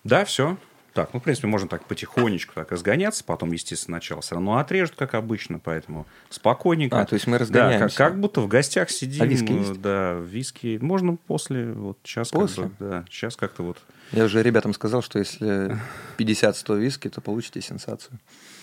Да, все. Так, ну, в принципе, можно так потихонечку так разгоняться, потом, естественно, начало все равно отрежут, как обычно, поэтому спокойненько. То есть мы разгоняемся. Да, как будто в гостях сидим. А виски есть? Да, виски. Можно после, вот сейчас После? как бы, да, сейчас как-то вот. Я уже ребятам сказал, что если 50-100 виски, то получите сенсацию.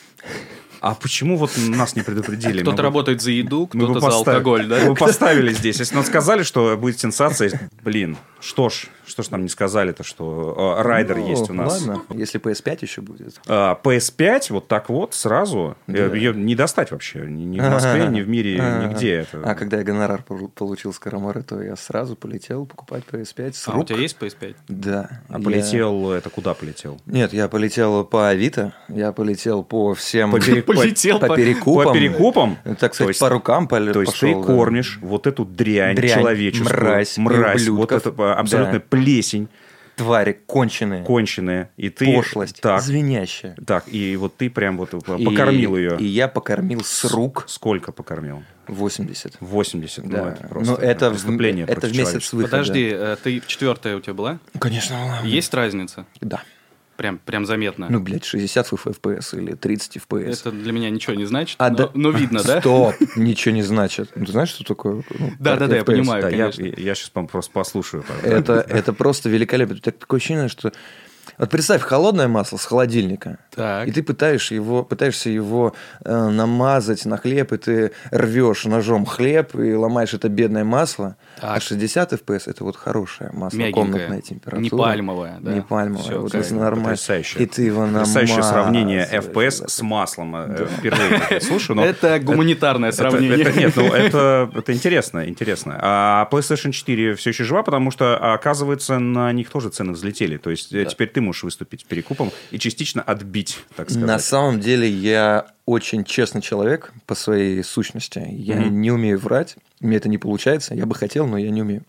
А почему вот нас не предупредили? Кто-то работает за еду, кто-то за алкоголь, да? Мы поставили здесь. Если нам сказали, что будет сенсация, блин, что ж нам не сказали-то, что райдер есть у нас. Ладно, если PS5 еще будет. PS5 вот так вот сразу, ее не достать вообще. Ни в Москве, ни в мире, нигде. Это... когда я гонорар получил с Карамары, то я сразу полетел покупать PS5 с рук. У тебя есть PS5? Да. Полетел, это куда полетел? Нет, я полетел по Авито, я полетел по всем... Полетел по перекупам. По перекупам? Так сказать, по рукам пошел. То есть ты кормишь вот эту дрянь человеческую. Мразь. Вот это абсолютно плесень. Твари конченые. И ты... Пошлость. Звенящая. Так, и вот ты прям вот покормил ее. И я покормил с рук. Сколько покормил? 80. 80, да. Ну это просто преступление. Это в месяц выхода. Подожди, ты 4-я у тебя была? Конечно, была. Есть разница? Да. Прям заметно. 60 FPS или 30 FPS. Это для меня ничего не значит, но видно, да? Стоп, ничего не значит. Ты знаешь, что такое? Да, я понимаю, конечно. Я сейчас просто послушаю. Это просто великолепно. Такое ощущение, что... Вот представь, холодное масло с холодильника, так. И ты пытаешься его намазать на хлеб, и ты рвешь ножом хлеб и ломаешь это бедное масло. Так. А 60 FPS – это вот хорошее масло, мягенькое, комнатная температура. Не пальмовое. Да. Не пальмовое. Все, вот это нормально. Потрясающее. И ты его намазываешь. Потрясающее сравнение FPS с маслом. Да. Впервые слушаю. Но это гуманитарное сравнение. Это интересно. А PlayStation 4 все еще жива, потому что, оказывается, на них тоже цены взлетели. То есть теперь ты можешь выступить перекупом и частично отбить, так сказать. На самом деле я очень честный человек по своей сущности. Я не умею врать, мне это не получается. Я бы хотел, но я не умею.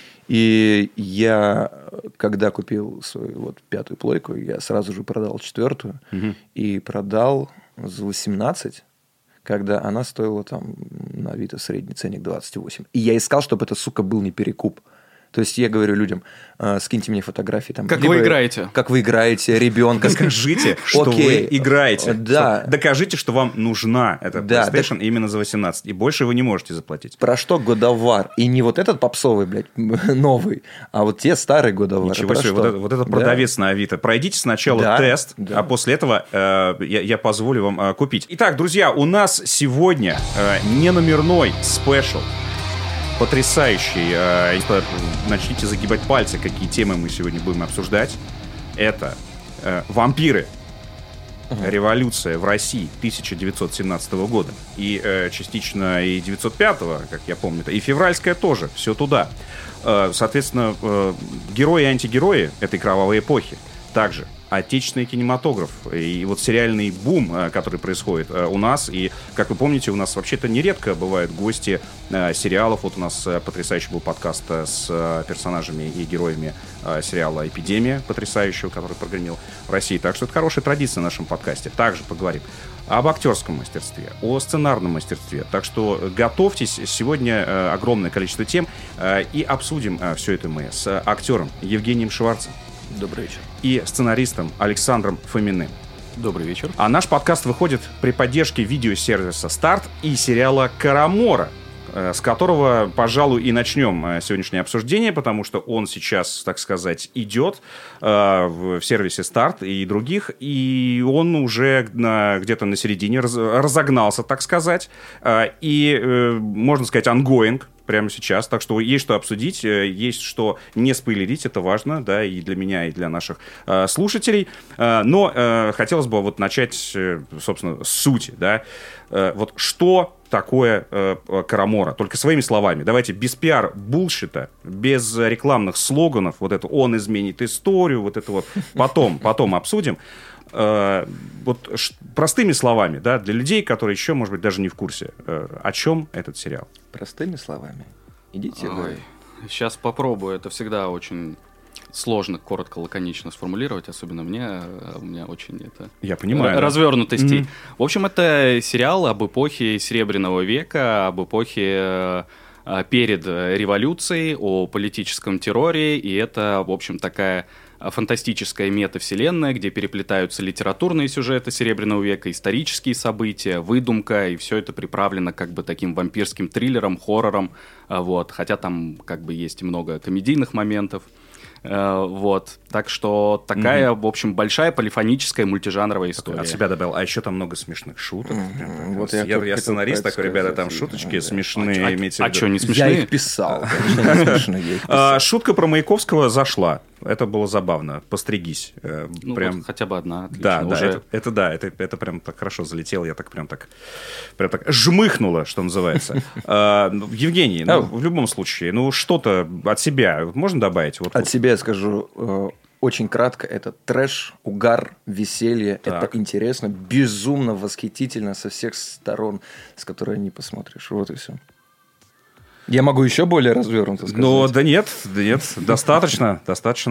И я, когда купил свою 5-ю плойку, я сразу же продал 4-ю. И продал за 18, когда она стоила там на Авито средний ценник 28. И я искал, чтобы это, сука, был не перекуп. То есть я говорю людям, скиньте мне фотографии. Там, как вы играете. Как вы играете, ребенка. Скажите, что вы играете. Да. Докажите, что вам нужна эта PlayStation именно за 18. И больше вы не можете заплатить. Про что God of War? И не вот этот попсовый, блядь, новый, а вот те старые God of War. Ничего себе, вот это продавец на Авито. Пройдите сначала тест, а после этого я позволю вам купить. Итак, друзья, у нас сегодня не номерной спешл. Потрясающий. Начните загибать пальцы, какие темы мы сегодня будем обсуждать. Это вампиры. Революция в России 1917 года. И частично и 905-го, как я помню. И февральская тоже. Все туда. Соответственно, герои и антигерои этой кровавой эпохи. Также отечественный кинематограф и вот сериальный бум, который происходит у нас. И, как вы помните, у нас вообще-то нередко бывают гости сериалов. Вот у нас потрясающий был подкаст с персонажами и героями сериала «Эпидемия», потрясающего, который прогремел в России. Так что это хорошая традиция в нашем подкасте. Также поговорим об актерском мастерстве, о сценарном мастерстве. Так что готовьтесь. Сегодня огромное количество тем. И обсудим все это мы с актером Евгением Шварцем. Добрый вечер. И сценаристом Александром Фоминым. Добрый вечер. А наш подкаст выходит при поддержке видеосервиса «Старт» и сериала «Карамора», с которого, пожалуй, и начнем сегодняшнее обсуждение, потому что он сейчас, так сказать, идет в сервисе «Старт» и других, и он уже где-то на середине разогнался, так сказать, и, можно сказать, ongoing прямо сейчас, так что есть что обсудить, есть что не спойлерить, это важно, да, и для меня, и для наших слушателей, но хотелось бы вот начать, собственно, с сути, да, вот что такое Карамора, только своими словами, давайте без пиар-булшита, без рекламных слоганов, вот это «он изменит историю», вот это вот потом обсудим. Вот простыми словами, да, для людей, которые еще, может быть, даже не в курсе, о чем этот сериал. Простыми словами. Идите. Сейчас попробую. Это всегда очень сложно, коротко, лаконично сформулировать, особенно мне. У меня очень это... Я понимаю. Развернутости. В общем, это сериал об эпохе Серебряного века, об эпохе перед революцией, о политическом терроре, и это, в общем, такая фантастическая метавселенная, где переплетаются литературные сюжеты Серебряного века, исторические события, выдумка, и все это приправлено как бы таким вампирским триллером, хоррором, вот, хотя там как бы есть много комедийных моментов. Вот, так что такая, в общем, большая полифоническая мультижанровая история. От себя добавил, а еще там много смешных шуток. Вот я сценарист такой, ребята, там шуточки смешные. А что, не смешные? Я их писал, конечно, не смешные. Шутка про Маяковского зашла. Это было забавно. Постригись. Ну, прям... вот хотя бы одна. Отлично. Да, уже... это прям так хорошо залетело. Я так прям так жмыхнуло, что называется. Евгений, в любом случае, что-то от себя можно добавить? От себя я скажу очень кратко. Это трэш, угар, веселье. Так. Это интересно, безумно восхитительно со всех сторон, с которой не посмотришь. Вот и все. Я могу еще более развернуто сказать. Ну, да нет, достаточно,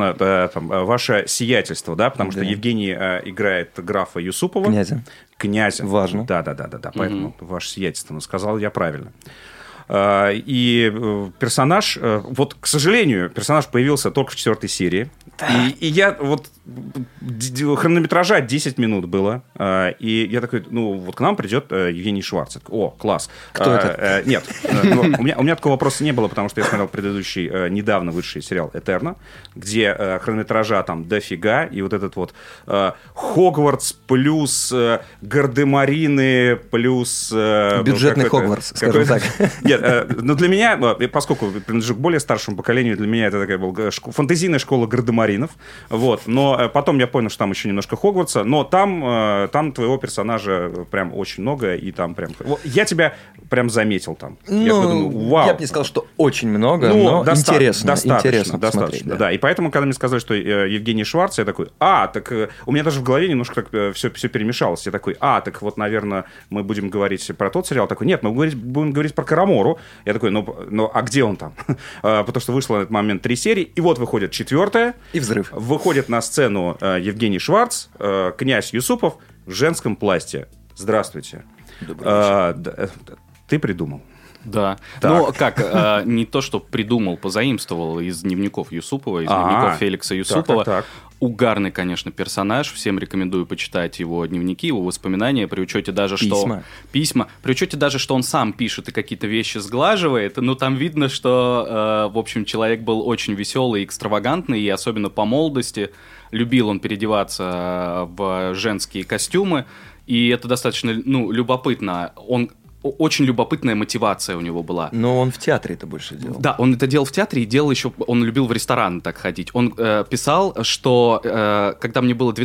ваше сиятельство, да, потому что Евгений играет графа Юсупова. Князя. Важно. Да, поэтому ваше сиятельство, сказал я правильно. И персонаж, вот, к сожалению, персонаж появился только в 4-й серии. И я вот хронометража 10 минут было. И я такой, вот к нам придет Евгений Шварц. О, класс. Кто это? Нет, у меня такого вопроса не было, потому что я смотрел предыдущий, недавно вышедший сериал «Этерно», где хронометража там дофига, и вот этот вот Хогвартс плюс гардемарины плюс... Бюджетный Хогвартс, скажем так. Нет, но для меня, поскольку принадлежу к более старшему поколению, для меня это такая была фантазийная школа гардемаринов. Вот. Но потом я понял, что там еще немножко Хогвартса, но там твоего персонажа прям очень много, и там прям... Я тебя прям заметил там. Я бы не сказал, что очень много, но интересно. Достаточно, посмотреть, да. И поэтому, когда мне сказали, что Евгений Шварц, я такой, так у меня даже в голове немножко так все перемешалось. Я такой, так вот, наверное, мы будем говорить про тот сериал. Такой, нет, мы будем говорить про Карамору. Я такой, а где он там? Потому что вышло на этот момент 3 серии, и вот выходит 4-я. И взрыв. Выходит на сцену Евгений Шварц, князь Юсупов в женском платье. Здравствуйте. Добрый вечер. Ты придумал. Да. Ну, как, не то, что придумал, позаимствовал из дневников Юсупова, из дневников Феликса Юсупова. Так. Угарный, конечно, персонаж. Всем рекомендую почитать его дневники, его воспоминания, при учете даже, что... Письма. При учете даже, что он сам пишет и какие-то вещи сглаживает. Но там видно, что, в общем, человек был очень веселый и экстравагантный, и особенно по молодости. Любил он переодеваться в женские костюмы. И это достаточно, любопытно. Очень любопытная мотивация у него была. Но он в театре это больше делал. Да, он это делал в театре и делал еще... Он любил в ресторан так ходить. Он писал, что когда мне было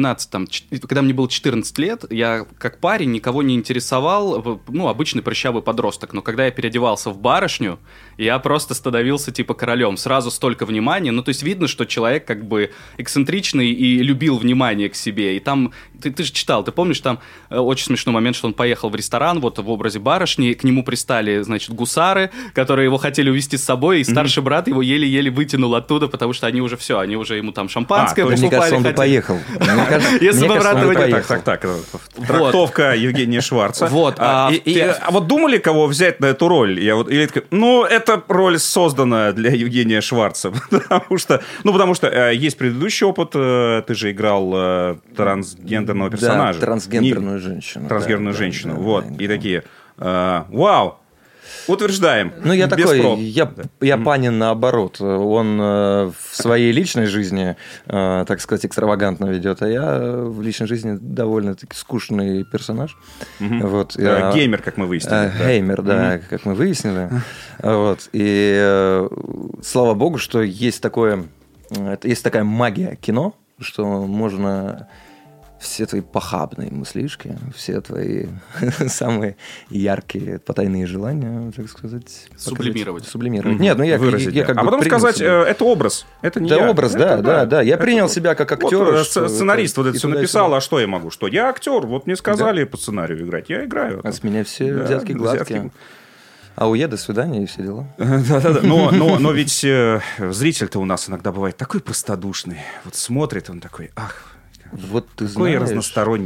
14 лет, я как парень никого не интересовал, обычный прыщавый подросток. Но когда я переодевался в барышню, я просто становился типа королем. Сразу столько внимания. То есть видно, что человек как бы эксцентричный и любил внимание к себе. И там... Ты же читал, ты помнишь, там очень смешной момент, что он поехал в ресторан вот в образе барышни, к нему пристали, значит, гусары, которые его хотели увезти с собой, и старший брат его еле-еле вытянул оттуда, потому что они уже ему там шампанское покупали. Мне кажется, он бы поехал. Если бы брат его... Так. Трактовка Евгения Шварца. Вот. А вот думали, кого взять на эту роль? Эта роль создана для Евгения Шварца. Потому что есть предыдущий опыт, ты же играл трансгендерного персонажа. Да, трансгендерную женщину. Трансгендерную женщину, вот. И такие, вау, утверждаем. Я такой, я Панин наоборот. Он в своей личной жизни, так сказать, экстравагантно ведет, а я в личной жизни довольно-таки скучный персонаж. Вот. Геймер, как мы выяснили. Геймер, да, как мы выяснили. Вот. И слава богу, что есть такая магия кино, что можно... Все твои похабные мыслишки, все твои самые яркие потайные желания, так сказать... Сублимировать. Нет, я как бы... А потом сказать, это образ, это не я. Это образ, да. Я принял себя как актер. Сценарист вот это все написал, а что я могу? Что я актер, вот мне сказали по сценарию играть, я играю. А с меня все взятки гладкие. А до свидания и все дела. Да. Но ведь зритель-то у нас иногда бывает такой простодушный. Вот смотрит он такой, вот ты какой знаешь, разносторонний.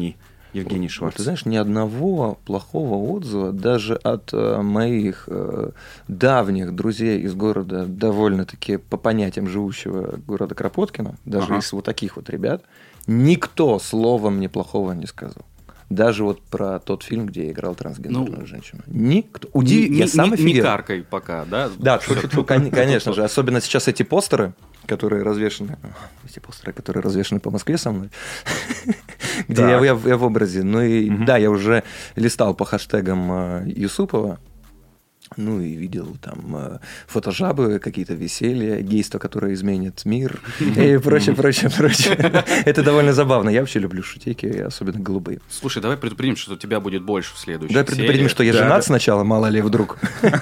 Евгений Шварц. Ты знаешь, ни одного плохого отзыва даже от моих давних друзей из города, довольно-таки по понятиям живущего города Кропоткина, даже из вот таких вот ребят, никто словом мне плохого не сказал. Даже вот про тот фильм, где я играл трансгендерную женщину. Никто. Я сам офигел. Не каркай пока, да? Да, конечно же. Особенно сейчас эти постеры, которые развешаны по Москве со мной, где я в образе. Ну и да, я уже листал по хэштегам Юсупова. Ну и видел там фотожабы, какие-то веселья, гейство, которое изменит мир и прочее. Это довольно забавно. Я вообще люблю шутейки, особенно голубые. Слушай, давай предупредим, что у тебя будет больше в следующей серии. Давай предупредим, что я женат сначала, мало ли вдруг.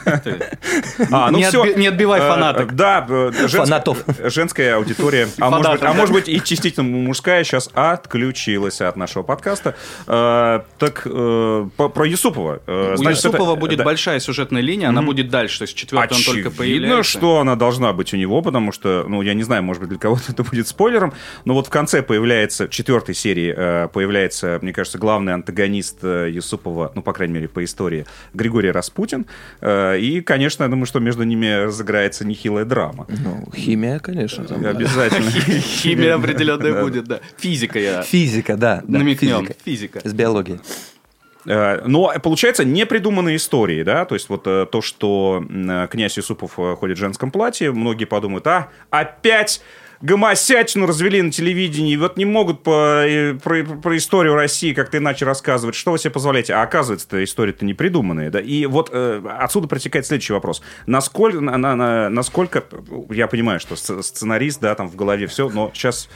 Не отбивай фанаток. Да, женская аудитория, а может быть и частично мужская сейчас отключилась от нашего подкаста. Так, про Юсупова. У Юсупова будет большая сюжетная линия, она будет дальше, то есть четвертый он только появляется. Очевидно, что она должна быть у него, потому что, я не знаю, может быть, для кого-то это будет спойлером, но вот в конце появляется, в 4-й серии появляется, мне кажется, главный антагонист Юсупова, по крайней мере, по истории, Григорий Распутин, и, конечно, я думаю, что между ними разыграется нехилая драма. Химия, конечно. Обязательно. Химия определенная будет, да. Физика, да. Намекнем. Физика. С биологией. Но получается непридуманные истории, да, то есть вот то, что князь Юсупов ходит в женском платье, многие подумают, опять гомосятину развели на телевидении, вот не могут про историю России как-то иначе рассказывать, что вы себе позволяете, а оказывается-то истории-то не придуманные, да, и вот отсюда протекает следующий вопрос, насколько, я понимаю, что сценарист, да, там в голове все, но сейчас...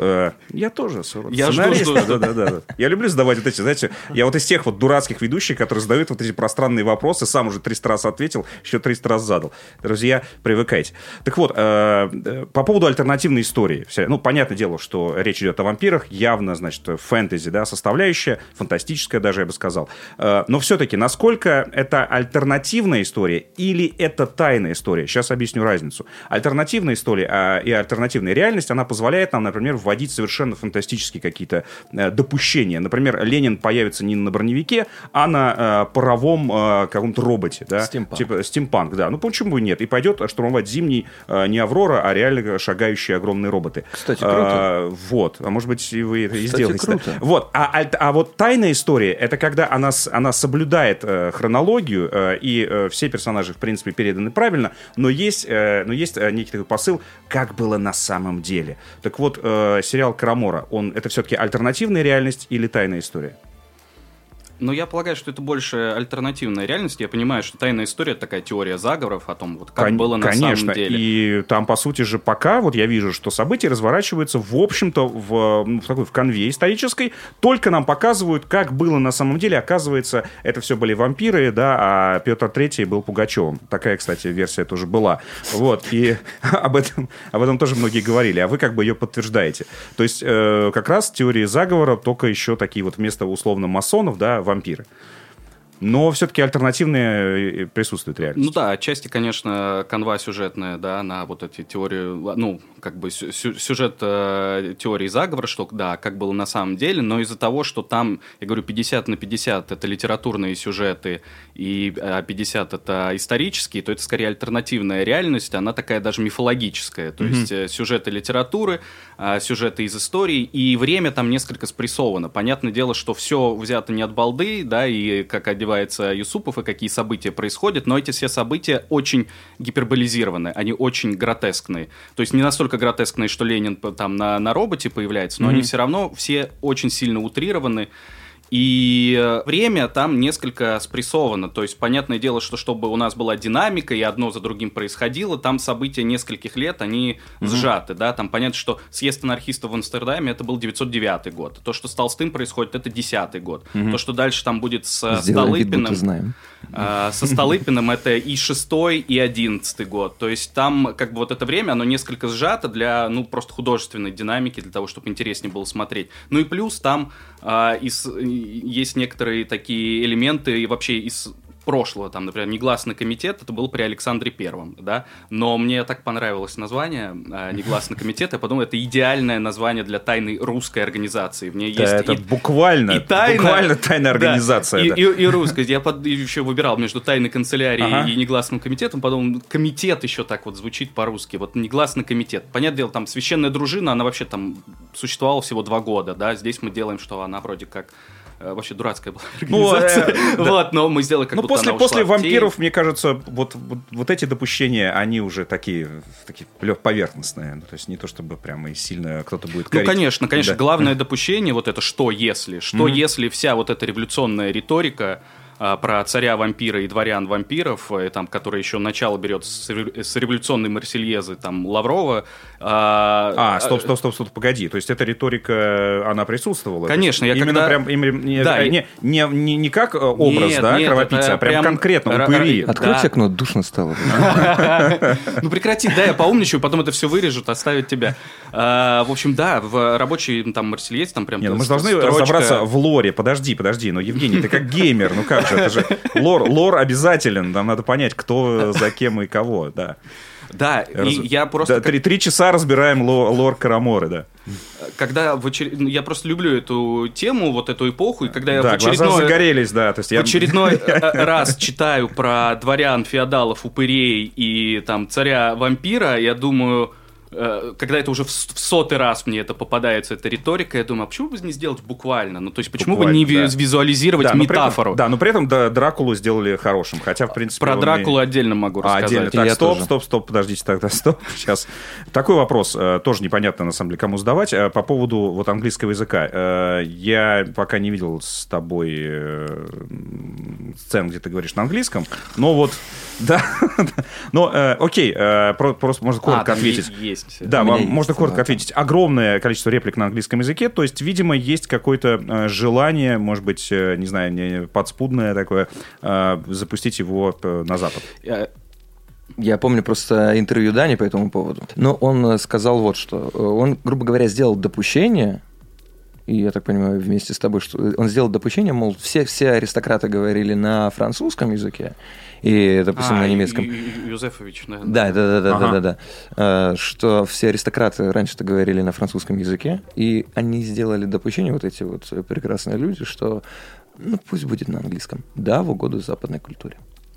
Я тоже сценарист. Да. Я люблю задавать вот эти, знаете, я вот из тех вот дурацких ведущих, которые задают вот эти пространные вопросы, сам уже 300 раз ответил, еще 300 раз задал. Друзья, привыкайте. Так вот, по поводу альтернативной истории. Понятное дело, что речь идет о вампирах, явно, значит, фэнтези, да, составляющая, фантастическая даже, я бы сказал. Но все-таки, насколько это альтернативная история или это тайная история? Сейчас объясню разницу. Альтернативная история и альтернативная реальность, она позволяет нам, например, вводить совершенно фантастические какие-то допущения. Например, Ленин появится не на броневике, а на паровом каком-то роботе. Да? Стимпанк. Типа стимпанк, да. Почему бы нет? И пойдет штурмовать зимний не Аврора, а реально шагающие огромные роботы. Кстати, круто. Вот. А может быть, и вы это и Кстати, сделаете. Круто. Вот. А вот тайная история, это когда она соблюдает хронологию, и все персонажи, в принципе, переданы правильно, но есть некий такой посыл, как было на самом деле. Так вот, сериал «Карамора», это все-таки альтернативная реальность или тайная история? Но я полагаю, что это больше альтернативная реальность. Я понимаю, что тайная история — это такая теория заговоров о том, вот как было на самом деле. Конечно, и там, по сути же, пока вот я вижу, что события разворачиваются, в общем-то, в такой в канве исторической, только нам показывают, как было на самом деле. Оказывается, это все были вампиры, да, а Петр III был Пугачевым. Такая, кстати, версия тоже была. Вот, и об этом тоже многие говорили, а вы как бы ее подтверждаете. То есть, как раз теории заговора, только еще такие вот вместо условно масонов, да, вампиры. Но все-таки альтернативные присутствуют реально. Да, отчасти, конечно, канва сюжетная, да, на вот эти теории, сюжет теории заговора, что, да, как было на самом деле, но из-за того, что там, я говорю, 50/50 это литературные сюжеты, и 50 это исторические, то это скорее альтернативная реальность, она такая даже мифологическая, то есть сюжеты литературы, сюжеты из истории, и время там несколько спрессовано. Понятное дело, что все взято не от балды, да, и как одевается Юсупов, и какие события происходят, но эти все события очень гиперболизированы, они очень гротескные. То есть не настолько гротескные, что Ленин там на роботе появляется, но они все равно все очень сильно утрированы. И время там несколько спрессовано. То есть, понятное дело, что чтобы у нас была динамика, и одно за другим происходило, там события нескольких лет, они сжаты. Да? Там понятно, что съезд анархистов в Амстердаме, это был 909 год. То, что с Толстым происходит, это 10-й год. То, что дальше там будет со Столыпиным... Со Столыпиным это и 6-й, и 11-й год. То есть там как бы вот это время, оно несколько сжато для, просто художественной динамики, для того, чтобы интереснее было смотреть. Ну и плюс там есть некоторые такие элементы и вообще из прошлого, там, например, «Негласный комитет», это был при Александре Первом, да, но мне так понравилось название «Негласный комитет», я подумал, это идеальное название для тайной русской организации. В ней есть это буквально тайная организация. И русская. Я еще выбирал между тайной канцелярией и негласным комитетом, подумал, комитет еще так вот звучит по-русски, вот негласный комитет. Понятное дело, там священная дружина, она вообще там существовала всего 2 года, да, здесь мы делаем, что она вроде как... Вообще дурацкая была организация. Но мы сделали, как будто она ушла после вампиров, мне кажется, вот эти допущения, они уже такие поверхностные. То есть не то, чтобы прямо и сильно кто-то будет корить. Ну, конечно. Главное допущение, вот это что если вся вот эта революционная риторика про царя-вампира и дворян-вампиров, там, который еще начало берет с революционной Марсельезы, там, Лаврова. Стоп, погоди. То есть эта риторика, она присутствовала? Конечно. Не как образ, кровопийцы, а прям конкретно упыри. Откройте окно, душно стало. Ну прекрати, я поумничаю, потом это все вырежут, оставят тебя. В общем, в рабочей там Марсельезе, там прям... Мы же должны разобраться в лоре. Подожди, но, Евгений, ты как геймер, ну как же? Это же лор обязателен, нам надо понять, кто за кем и кого, да. Да, и я просто... 3 часа разбираем лор Караморы, да. Когда я просто люблю эту тему, вот эту эпоху, и когда я глаза загорелись, да. То есть в очередной раз читаю про дворян, феодалов, упырей и там царя-вампира, я думаю... Когда это уже в 100-й раз мне это попадается, эта риторика, я думаю, а почему бы не сделать буквально? Ну, то есть, почему бы не визуализировать метафору? Но при этом Дракулу сделали хорошим, хотя, в принципе... Про Дракулу отдельно могу рассказать. Отдельно. Так, стоп, подождите, тогда стоп. Сейчас. Такой вопрос, тоже непонятно, на самом деле, кому задавать. По поводу вот английского языка. Я пока не видел с тобой сцен, где ты говоришь на английском, но вот... Да, но окей, просто можно коротко ответить. Да, вам можно коротко ответить. Огромное количество реплик на английском языке, то есть, видимо, есть какое-то желание, может быть, не знаю, подспудное такое, запустить его на Запад. Я помню просто интервью Дани по этому поводу. Но он сказал вот что. Он, грубо говоря, сделал допущение, и я так понимаю, вместе с тобой, что он сделал допущение, мол, все аристократы говорили на французском языке, и, допустим, на немецком. Юзефович, наверное. Да. Что все аристократы раньше-то говорили на французском языке, и они сделали допущение, вот эти вот прекрасные люди, что пусть будет на английском. Да, в угоду западной культуре.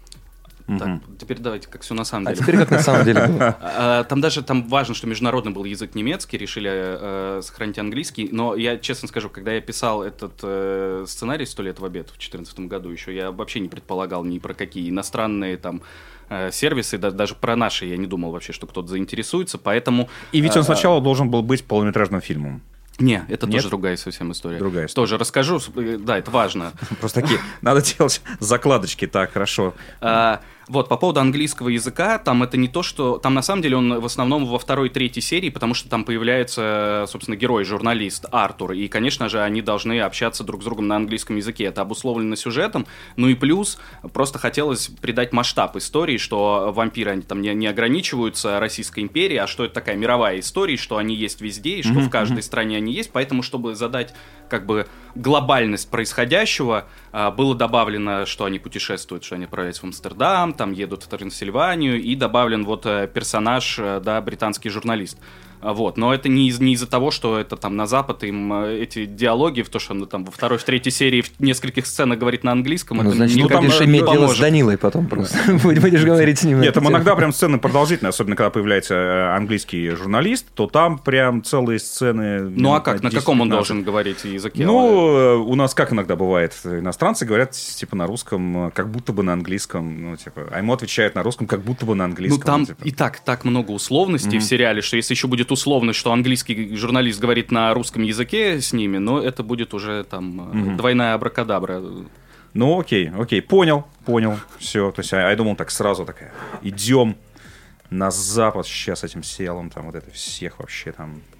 Так, теперь давайте, как все на самом деле. А теперь как на самом деле было. Там важно, что международный был язык немецкий, решили сохранить английский, но я честно скажу, когда я писал этот сценарий «100 лет в обед» в 2014 году еще, я вообще не предполагал ни про какие иностранные там сервисы, даже про наши я не думал вообще, что кто-то заинтересуется, поэтому... И ведь он сначала должен был быть полнометражным фильмом. Не, это тоже другая совсем история. Другая история. Тоже расскажу, да, это важно. Просто такие, надо делать закладочки, так, хорошо. Вот, по поводу английского языка, там это не то, что... Там, на самом деле, он в основном во 2-3 серии, потому что там появляется, собственно, герой, журналист Артур, и, конечно же, они должны общаться друг с другом на английском языке. Это обусловлено сюжетом, ну и плюс просто хотелось придать масштаб истории, что вампиры, они там не ограничиваются Российской империей, а что это такая мировая история, что они есть везде, и что в каждой стране они есть, поэтому, чтобы задать, как бы, глобальность происходящего, было добавлено, что они путешествуют, что они отправляются в Амстердам, там едут в Трансильванию, и добавлен вот персонаж, да, британский журналист. Вот. Но это не из-за того, что это там на Запад, им эти диалоги, в то, что он там во 2-й, в 3-й серии в нескольких сценах говорит на английском, это значит, никому будешь иметь дело с Данилой потом просто. Будешь говорить с ним. Нет, там иногда прям сцены продолжительные, особенно когда появляется английский журналист, то там прям целые сцены... Ну а как? На каком он должен говорить языке? Ну, у нас как иногда бывает, иностранцы говорят типа на русском, как будто бы на английском, ну типа, а ему отвечают на русском, как будто бы на английском. Ну там и так много условностей в сериале, что если еще будет условность, что английский журналист говорит на русском языке с ними, но это будет уже там двойная абракадабра. Ну окей, понял, все. То есть я думал так сразу такая, идем на Запад сейчас этим селом, там вот это всех вообще там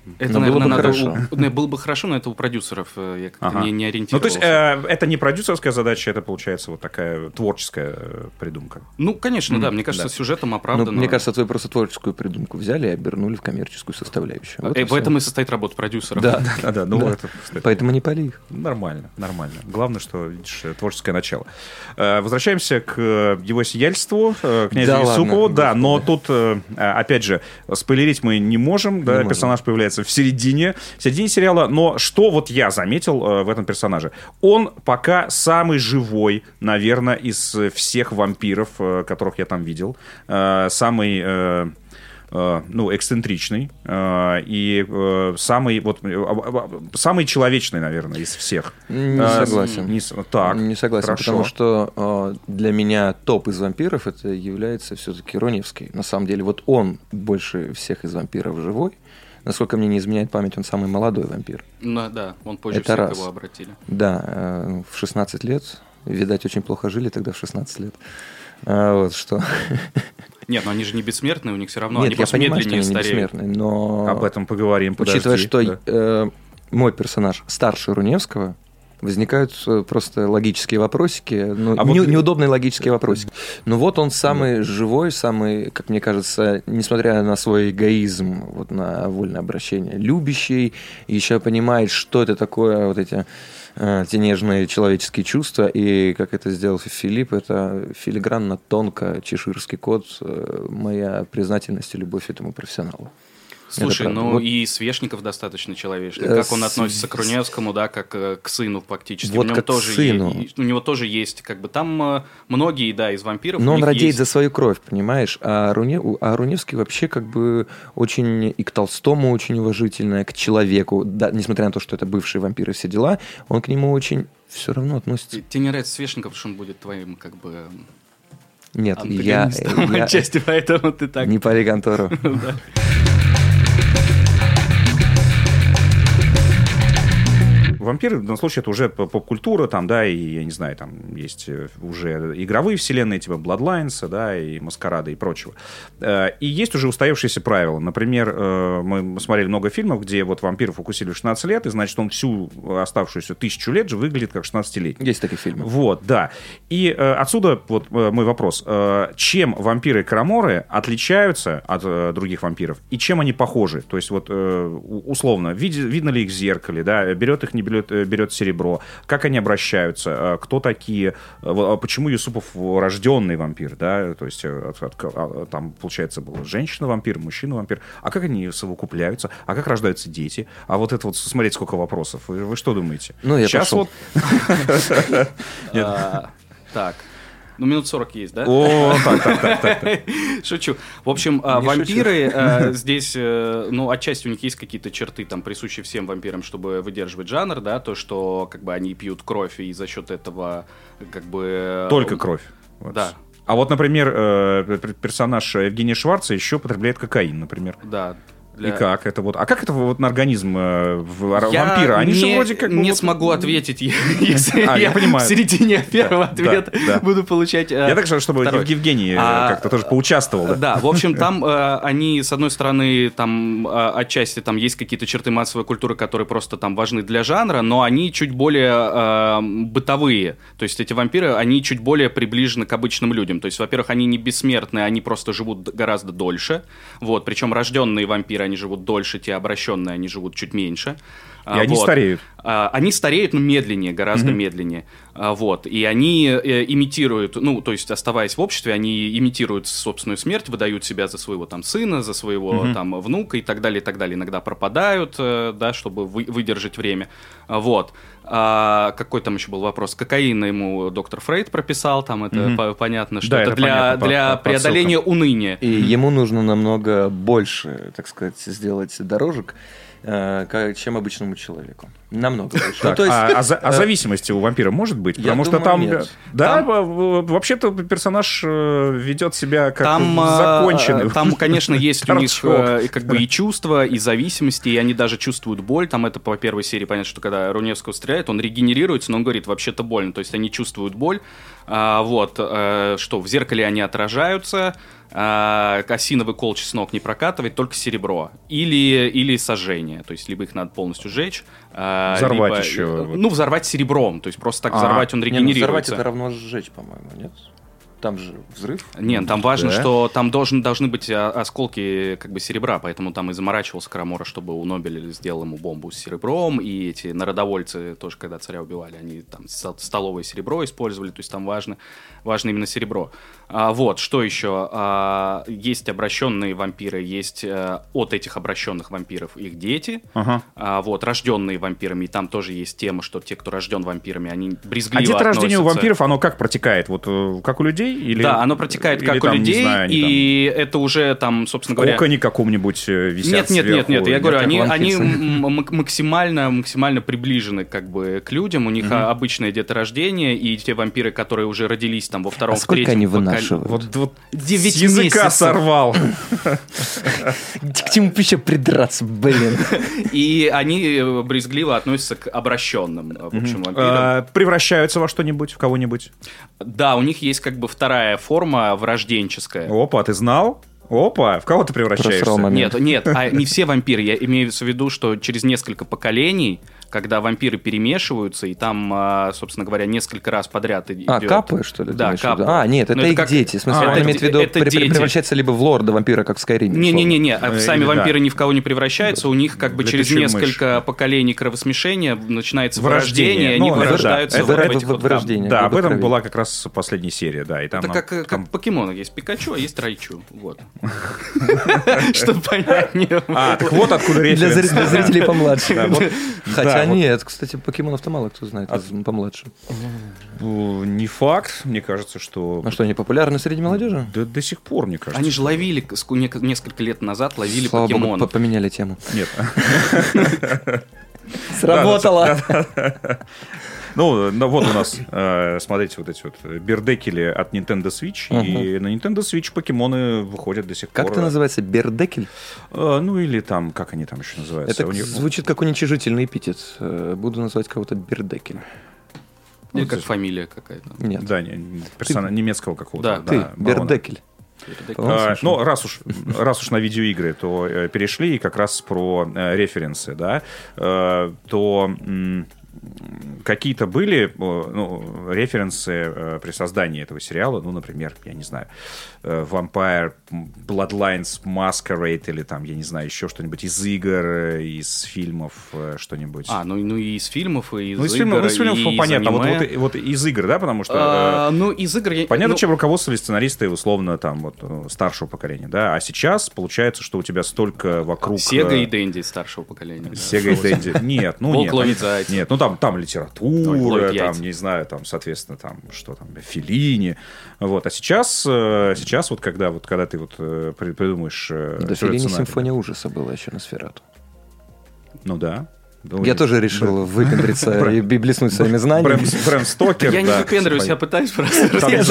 Это, наверное, было бы хорошо. Было бы хорошо, но это у продюсеров я как-то не ориентировался. Ну, то есть это не продюсерская задача, это, получается, вот такая творческая придумка. Ну, конечно, да. Мне кажется, сюжетом оправдано. Мне кажется, твою просто творческую придумку взяли и обернули в коммерческую составляющую. Вот в этом и состоит работа продюсеров. Да. Поэтому не пали их. Нормально. Главное, что, видишь, творческое начало. Возвращаемся к его сиятельству, князю Юсупову. Да, но тут, опять же, спойлерить мы не можем. Персонаж появляется в середине сериала, но что вот я заметил в этом персонаже? Он пока самый живой, наверное, из всех вампиров, которых я там видел. Самый... эксцентричный и самый человечный, наверное, из всех. Не согласен. Не согласен, хорошо. Потому что для меня топ из вампиров это является все-таки Раневский. На самом деле, вот он больше всех из вампиров живой. Насколько мне не изменяет память, он самый молодой вампир. Ну да, он позже всех его обратили. Да, в 16 лет. Видать, очень плохо жили тогда в 16 лет. Вот что... Нет, но они же не бессмертные, у них все равно, они просто медленнее стареют. Но... Об этом поговорим, подожди. Учитывая, что мой персонаж старше Раневского, возникают просто логические вопросики, неудобные логические вопросики. Но вот он самый живой, самый, как мне кажется, несмотря на свой эгоизм, вот на вольное обращение, любящий, еще понимает, что это такое, вот эти те нежные человеческие чувства, и как это сделал Филипп, это филигранно, тонко, чеширский кот, моя признательность и любовь этому профессионалу. Слушай, и Свешников достаточно человечный. Как он относится к Раневскому, да, как к сыну фактически. Вот как к сыну. У него тоже есть, как бы, там многие, да, из вампиров. Но он радеет за свою кровь, понимаешь? А Раневский вообще как бы очень и к Толстому очень уважительно, к человеку, да, несмотря на то, что это бывший вампир и все дела, он к нему очень все равно относится. Тебе не нравится Свешников, что он будет твоим, как бы... Нет, я отчасти поэтому ты так... Не пари контору. Вампиры, в данном случае, это уже поп-культура, там, да, и, я не знаю, там есть уже игровые вселенные, типа Bloodlines, да, и Маскарада, и прочего. И есть уже устоявшиеся правила. Например, мы смотрели много фильмов, где вот вампиров укусили в 16 лет, и, значит, он всю оставшуюся 1000 лет же выглядит как 16-летний. Есть такие фильмы. Вот, да. И отсюда вот мой вопрос. Чем вампиры-караморы отличаются от других вампиров, и чем они похожи? То есть, вот, условно, видно ли их в зеркале, да, берет их, не берет серебро, как они обращаются, кто такие, почему Юсупов рожденный вампир, да, то есть там, получается, была женщина-вампир, мужчина-вампир, а как они совокупляются, а как рождаются дети, а вот это вот, смотрите, сколько вопросов, вы что думаете? Ну, я сейчас пошел. Так. Ну, минут 40 есть, да? О, так. Шучу. В общем, вампиры здесь, ну, отчасти у них есть какие-то черты, там, присущие всем вампирам, чтобы выдерживать жанр, да, то, что, как бы, они пьют кровь, и за счет этого, как бы... Только кровь. Вот. Да. А вот, например, персонаж Евгения Шварца еще употребляет кокаин, например. Да. И как это вот? А как это вот на организм вампира? Они же вроде как... Я не смогу ответить, если я понимаю. В середине первого ответа буду получать Я так же, чтобы Евгений как-то тоже поучаствовал. Да, в общем, там они, с одной стороны, там отчасти там есть какие-то черты массовой культуры, которые просто там важны для жанра, но они чуть более бытовые. То есть эти вампиры, они чуть более приближены к обычным людям. То есть, во-первых, они не бессмертные, они просто живут гораздо дольше. Вот, причем рожденные вампиры, они живут дольше, те обращенные, они живут чуть меньше. И они стареют. Они стареют, но медленнее, гораздо медленнее. Вот. И они имитируют, ну, то есть, оставаясь в обществе, они имитируют собственную смерть, выдают себя за своего там сына, за своего там внука и так далее, и так далее. Иногда пропадают, да, чтобы выдержать время. Вот. Какой там еще был вопрос? Кокаин ему доктор Фрейд прописал, там это понятно, что это для преодоления уныния. И ему нужно намного больше, так сказать, сделать дорожек, чем обычному человеку. Намного больше. Так, ну, а зависимости у вампира может быть? Потому что там... Нет. Да, вообще-то персонаж ведет себя как законченный. Там, конечно, есть у них как бы и чувства, и зависимости, и они даже чувствуют боль. Там это по первой серии понятно, что когда Раневского стреляет, он регенерируется, но он говорит, вообще-то больно. То есть они чувствуют боль. Вот, что в зеркале они отражаются, осиновый кол, чеснок не прокатывает, только серебро. Или сожжение. То есть, либо их надо полностью сжечь. Взорвать еще. Ну, взорвать серебром. То есть, просто так взорвать он регенерируется. Взорвать это равно сжечь, по-моему, нет? Там же взрыв. Нет, там важно, что там должны быть осколки как бы серебра, поэтому там и заморачивался Карамора, чтобы у Нобеля сделал ему бомбу с серебром, и эти народовольцы тоже, когда царя убивали, они там столовое серебро использовали, то есть там важно именно серебро. Вот, что еще? Есть обращенные вампиры, есть от этих обращенных вампиров их дети, вот, рожденные вампирами, и там тоже есть тема, что те, кто рожден вампирами, они брезгливо относятся. А деторождение у вампиров, оно как протекает? Вот как у людей? Или, да, оно протекает как у людей, знаю, и там... это уже там, собственно говоря... В коконе каком-нибудь висят сверху. Нет, я говорю, они максимально приближены как бы к людям, у них обычное деторождение, и те вампиры, которые уже родились там во втором, в третьем... они вынашивают? Вот 9 языка сорвал. К чему еще придраться, блин? И они брезгливо относятся к обращенным, в общем, вампирам. Превращаются во что-нибудь, в кого-нибудь? Да, у них есть как бы вторая форма врожденческая. Опа, ты знал? Опа, в кого ты превращаешься? Нет, не все вампиры. Я имею в виду, что через несколько поколений, когда вампиры перемешиваются, и там, собственно говоря, несколько раз подряд идет... капы, что ли? Да, капы. Нет, это их дети. В смысле, он имеет в виду, превращается либо в лорда вампира, как в Скайриме. Не, сами вампиры ни в кого не превращаются, у них как бы через несколько поколений кровосмешения начинается вырождение, они вырождаются в этих вот капах. Да, об этом была как раз последняя серия, да. Это как покемоны, есть Пикачу, а есть Райчу, вот. Чтобы понятнее. Так вот откуда речь. Для зрителей помладше. Хотя нет, кстати, покемонов-то мало кто знает помладше. Не факт, мне кажется, что... А что, они популярны среди молодежи? Да до сих пор, мне кажется. Они же ловили, несколько лет назад ловили покемонов. Слава Богу, поменяли тему. Нет. Сработало. Ну, вот у нас, смотрите, вот эти вот бердекели от Nintendo Switch, и на Nintendo Switch покемоны выходят до сих пор. Как это называется? Бердекель? Ну, или там, как они там еще называются? Это звучит как уничижительный эпитет. Буду называть кого-то бердекель. Или как фамилия какая-то. Нет. Да, персона немецкого какого-то. Да, ты, бердекель. Ну, раз уж на видеоигры, то перешли и как раз про референсы, да, то... Какие-то были референсы при создании этого сериала, ну, например, я не знаю, Vampire Bloodlines Masquerade или там, я не знаю, еще что-нибудь из игр, из фильмов, что-нибудь. Ну и из фильмов, и из игр, из фильмов, понятно, вот из игр, да, потому что... из игр... Понятно, чем руководствовались сценаристы, условно, там, вот, старшего поколения, да, а сейчас получается, что у тебя столько вокруг... Сега и Дэнди старшего поколения. Сега и Дэнди. Нет, нет, ну там литература, там, не знаю, там, соответственно, там, что там, Феллини, вот, а сейчас вот когда ты вот придумаешь... Да, Феллини «Симфония ужаса» была еще на Сферату. Ну да. Я тоже решил выпендриться и блеснуть своими знаниями. Брэм Стокер. Я не выпендриваюсь, я пытаюсь просто...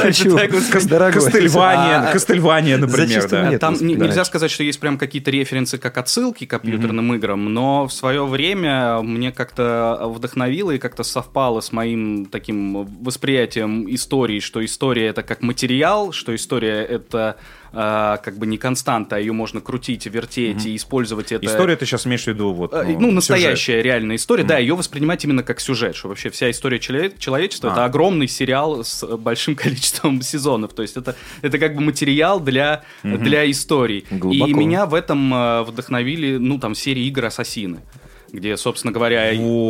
Кастельвания, например. Там нельзя сказать, что есть прям какие-то референсы, как отсылки к компьютерным играм, но в свое время мне как-то вдохновило и как-то совпало с моим таким восприятием истории, что история — это как материал, что история — это... как бы не константа, а ее можно крутить, вертеть и использовать это... История ты сейчас имеешь в виду вот... настоящая реальная история, да, ее воспринимать именно как сюжет, что вообще вся история человечества — это огромный сериал с большим количеством сезонов, то есть это как бы материал для историй. Глубоко. И меня в этом вдохновили, там, серии игр «Ассасины», где, собственно говоря,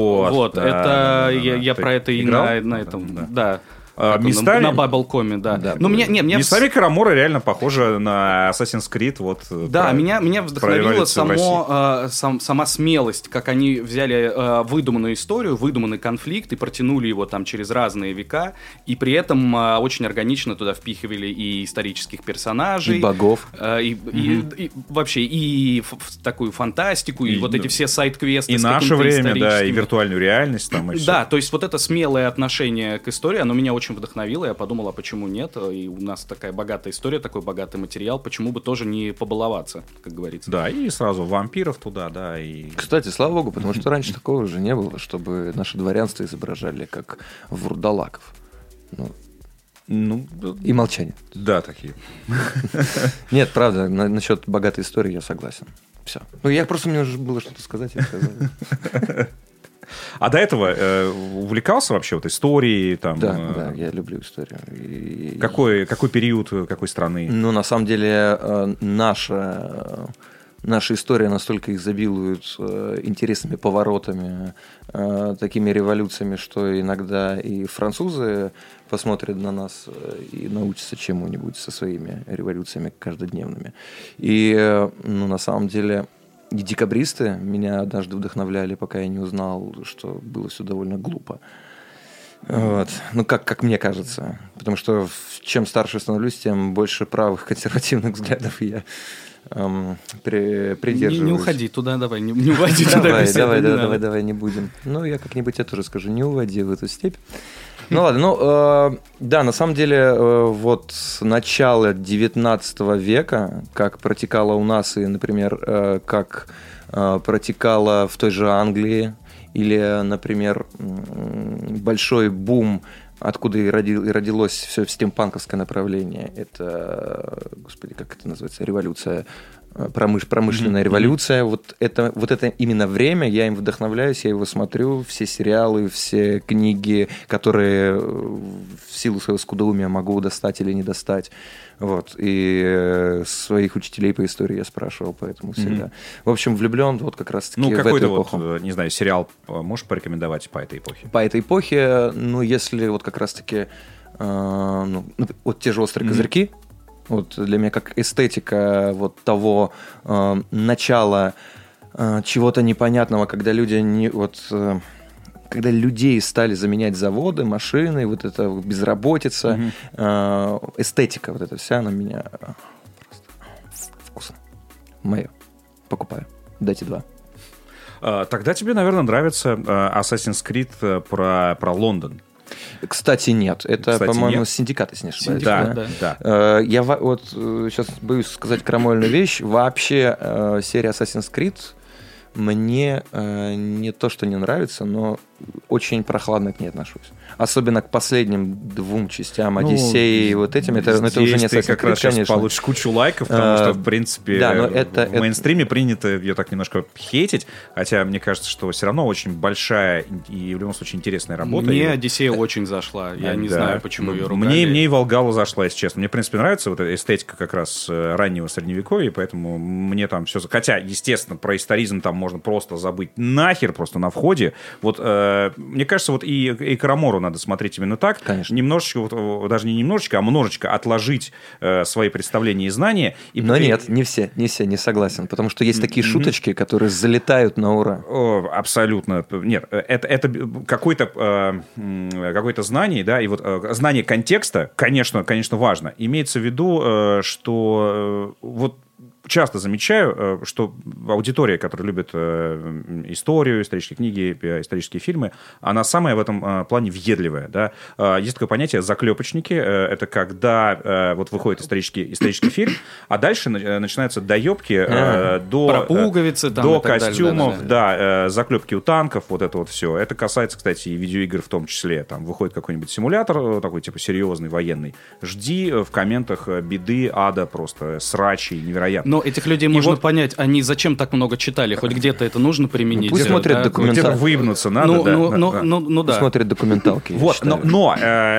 я про это и на этом... Да. Местами... На Бабл.коме, да. Но местами Карамора реально похоже на Assassin's Creed. Вот, да, меня вдохновила сама смелость, как они взяли выдуманную историю, выдуманный конфликт и протянули его там через разные века, и при этом очень органично туда впихивали и исторических персонажей. И богов. И вообще, и такую фантастику, и вот эти все сайд-квесты. И наше время, да, и виртуальную реальность. Там, и да, то есть вот это смелое отношение к истории, оно меня очень вдохновило, я подумал, а почему нет? И у нас такая богатая история, такой богатый материал, почему бы тоже не побаловаться, как говорится. Да, и сразу вампиров туда, да. И... Кстати, слава богу, потому что раньше такого же не было, чтобы наше дворянство изображали как вурдалаков. Ну, и молчание. Да, такие. Нет, правда, насчет богатой истории я согласен. Все. Ну, я просто, мне уже было что-то сказать, я сказал. А до этого увлекался вообще вот историей? Там, да, я люблю историю. Какой период, какой страны? Ну, на самом деле, наша история настолько изобилует интересными поворотами, такими революциями, что иногда и французы посмотрят на нас и научатся чему-нибудь со своими революциями каждодневными. И, ну, на самом деле, и декабристы меня однажды вдохновляли, пока я не узнал, что было все довольно глупо. Вот. Ну, как мне кажется. Потому что чем старше становлюсь, тем больше правых консервативных взглядов я придерживаюсь. Не уходи туда, давай, не уводи туда. Давай, не будем. Ну, я как-нибудь это тоже скажу, не уводи в эту степь. Ну ладно, да, на самом деле, вот начало 19 века, как протекало у нас и, например, как протекало в той же Англии, или, например, большой бум, откуда и родилось все стимпанковское направление. Это, господи, как это называется, революция, промышленная революция. Вот это именно время, я им вдохновляюсь, я его смотрю, все сериалы, все книги, которые в силу своего скудоумия могу достать или не достать. Вот. И своих учителей по истории я спрашивал, поэтому всегда. В общем, влюблен вот как раз-таки в эту эпоху. Вот, не знаю, сериал можешь порекомендовать по этой эпохе? По этой эпохе, ну, если вот как раз-таки вот те же «Острые козырьки», вот для меня как эстетика вот того начала чего-то непонятного, когда когда людей стали заменять заводы, машины, вот эта безработица, эстетика вот эта вся, она меня просто вкусно. Мое. Покупаю. Дайте 2. Тогда тебе, наверное, нравится Assassin's Creed про Лондон. Кстати, нет. Это, по-моему, «Синдикат», если не ошибаюсь. Да. Я вот сейчас боюсь сказать крамольную вещь. Вообще серия Assassin's Creed мне не то, что не нравится, но очень прохладно к ней отношусь. Особенно к последним 2 частям «Одиссеи» и вот этим. Это уже не Assassin's Creed, как раз сейчас получишь кучу лайков, потому что, в принципе, в мейнстриме принято ее так немножко хейтить, хотя мне кажется, что все равно очень большая и в любом случае интересная работа. Мне «Одиссея» очень зашла. Я не знаю, почему ее ругали. Мне и «Волгала» зашла, если честно. Мне, в принципе, нравится вот эта эстетика как раз раннего Средневековья, поэтому мне там все... Хотя, естественно, про историзм там можно просто забыть нахер, просто на входе. Вот мне кажется, вот и Карамору надо смотреть именно так. Конечно. Немножечко, вот, даже не немножечко, а множечко отложить свои представления и знания. Но нет, не все, не согласен. Потому что есть такие шуточки, которые залетают на ура. Абсолютно. Нет, это какое-то знание, да, и вот знание контекста, конечно, важно. Имеется в виду, что вот часто замечаю, что аудитория, которая любит историю, исторические книги, исторические фильмы, она самая в этом плане въедливая. Да? Есть такое понятие «заклепочники». Это когда вот выходит исторический фильм, а дальше начинаются доебки про пуговицы, до костюмов, да, заклепки у танков, вот это вот все. Это касается, кстати, и видеоигр в том числе. Там выходит какой-нибудь симулятор, такой типа серьезный, военный. Жди в комментах беды, ада, просто срачи невероятно. Но этих людей можно понять, они зачем так много читали, хоть где-то это нужно применить. Пусть смотрят документалки. Где-то выебнуться надо. Ну да. Смотрят документалки. Вот, но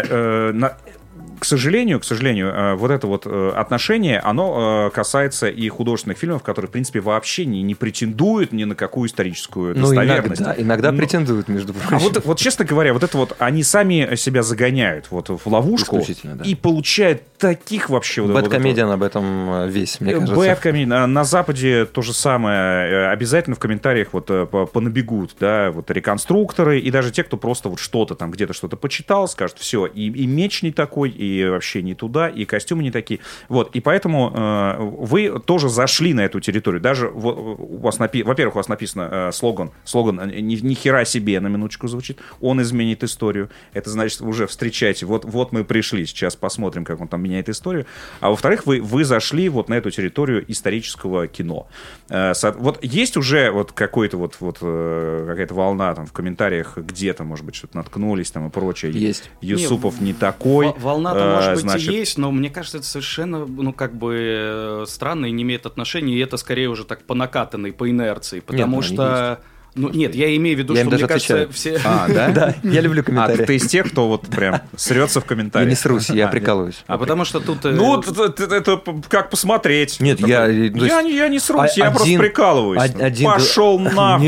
к сожалению, вот это вот отношение, оно касается и художественных фильмов, которые, в принципе, вообще не претендуют ни на какую историческую достоверность. Иногда претендуют, между прочим. А вот, честно говоря, вот это вот они сами себя загоняют вот в ловушку и получают таких вообще... Бэдкомедиан об этом весь, мне кажется. Бэдкомедиан. На Западе то же самое. Обязательно в комментариях вот понабегут, да, вот реконструкторы и даже те, кто просто вот что-то там, где-то что-то почитал, скажут, все, и меч не такой, и вообще не туда, и костюмы не такие. Вот, и поэтому вы тоже зашли на эту территорию. Даже у вас, во-первых, у вас написано слоган «Ни хера себе», на минуточку звучит, он изменит историю. Это значит, уже встречайте, вот мы пришли, сейчас посмотрим, как он там меняет историю. А во-вторых, вы зашли вот на эту территорию исторического кино. Вот есть уже вот какая-то волна там в комментариях где-то, может быть, что-то наткнулись там и прочее. Есть. Юсупов не такой. Волна оплата, может быть, и есть, но мне кажется, это совершенно, странно и не имеет отношения, и это скорее уже так по накатанной, по инерции, потому что... Нет, я имею в виду, что, мне кажется, все... да? Да, я люблю комментарии. Ты из тех, кто вот прям срется в комментариях? Я не срусь, я прикалываюсь. Потому что тут... это как посмотреть. Нет, я не срусь, я просто прикалываюсь. Пошел нахуй.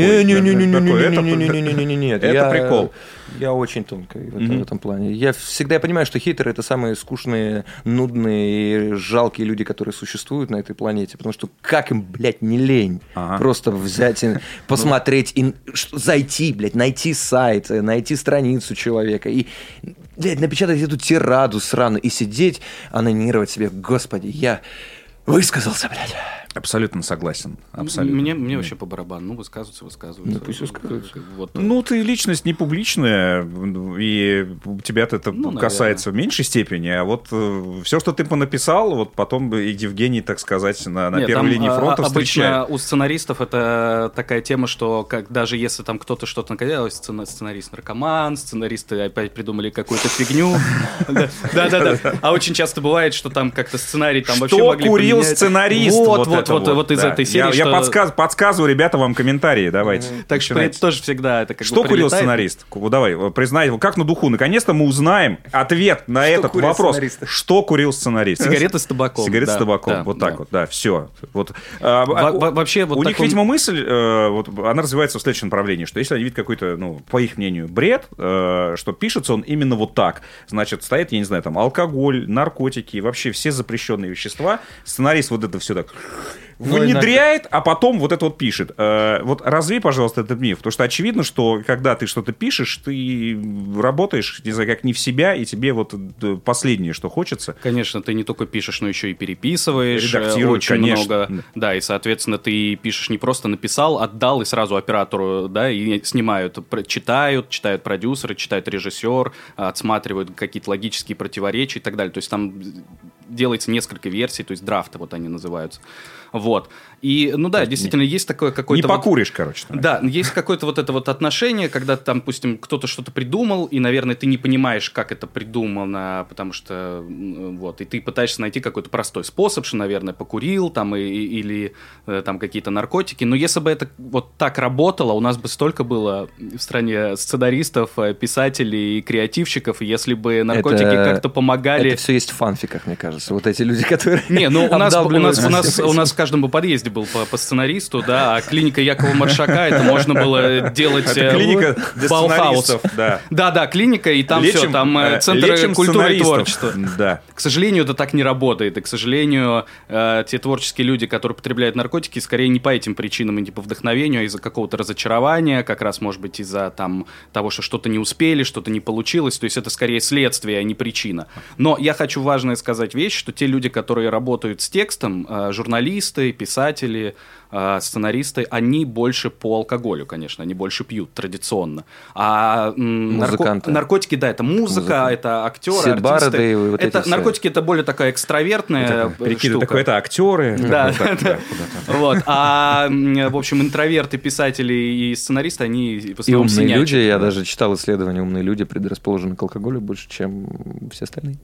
Нет, это прикол. Я очень тонкий в этом плане. Я всегда понимаю, что хейтеры — это самые скучные, нудные и жалкие люди, которые существуют на этой планете. Потому что как им, блядь, не лень просто взять и посмотреть, зайти, блядь, найти сайт, найти страницу человека и, блядь, напечатать эту тираду сраную и сидеть, анонировать себе. Господи, я высказался, блядь. Абсолютно согласен. Абсолютно. Мне вообще по барабану. Высказываются. Пусть высказываются. Ты личность не публичная, и тебя-то это касается в меньшей степени, а вот все, что ты понаписал, вот потом и Евгений, так сказать, на первой линии фронта встречает. Обычно у сценаристов это такая тема, что даже если там кто-то что-то накатил, сценарист наркоман, сценаристы опять придумали какую-то фигню. Да. А очень часто бывает, что там как-то сценарий там вообще могли Что курил сценарист? Вот из этой серии. Я подсказываю ребята вам комментарии, давайте. Так что это тоже всегда это как бы Что курил сценарист? Давай, признай, как на духу. Наконец-то мы узнаем ответ на этот вопрос. Что курил сценарист? Сигареты с табаком. Сигареты с табаком, вот так вот, да, все. Вообще у них, видимо, мысль, она развивается в следующем направлении, что если они видят какой-то, по их мнению, бред, что пишется он именно вот так, значит, стоит, я не знаю, там, алкоголь, наркотики, вообще все запрещенные вещества, сценарист вот это все так внедряет, а потом вот это вот пишет. Вот развей, пожалуйста, этот миф, потому что очевидно, что когда ты что-то пишешь, ты работаешь, не знаю, как не в себя, и тебе вот последнее, что хочется. Конечно, ты не только пишешь, но еще и переписываешь. Редактируешь, очень конечно. много. Да, и, соответственно, ты пишешь не просто написал, отдал, и сразу оператору, да, и снимают, читают продюсеры, читает режиссер, отсматривают какие-то логические противоречия и так далее. То есть там делается несколько версий, то есть драфты вот они называются. Вот. И, действительно, есть такое какое-то... Не покуришь, короче. Да, есть какое-то вот это вот отношение, когда там, допустим, кто-то что-то придумал, и, наверное, ты не понимаешь, как это придумано, потому что, и ты пытаешься найти какой-то простой способ, что, наверное, покурил, там, или там какие-то наркотики, но если бы это вот так работало, у нас бы столько было в стране сценаристов, писателей и креативщиков, если бы наркотики как-то помогали... Это все есть в фанфиках, мне кажется, вот эти люди, которые... Не, у нас в каждом бы подъезде был по сценаристу, да, а клиника Якова Маршака, это можно было делать... Клиника для сценаристов, да. Да, клиника, и там все, там центр культуры и творчества. Да. К сожалению, это так не работает, и, к сожалению, те творческие люди, которые потребляют наркотики, скорее не по этим причинам, и по вдохновению, а из-за какого-то разочарования, как раз, может быть, из-за того, что что-то не успели, что-то не получилось, то есть это скорее следствие, а не причина. Но я хочу важно сказать вещь, что те люди, которые работают с текстом, журналисты, писатели, сценаристы, они больше по алкоголю, конечно, они больше пьют традиционно. А наркотики, да, это музыка, это актеры, артисты. Наркотики — это более такая экстравертная штука. Такое, это актеры. Да. Вот. А, в общем, интроверты, писатели и сценаристы, они в основном синячат. И умные люди, я даже читал исследования, умные люди предрасположены к алкоголю больше, чем все остальные.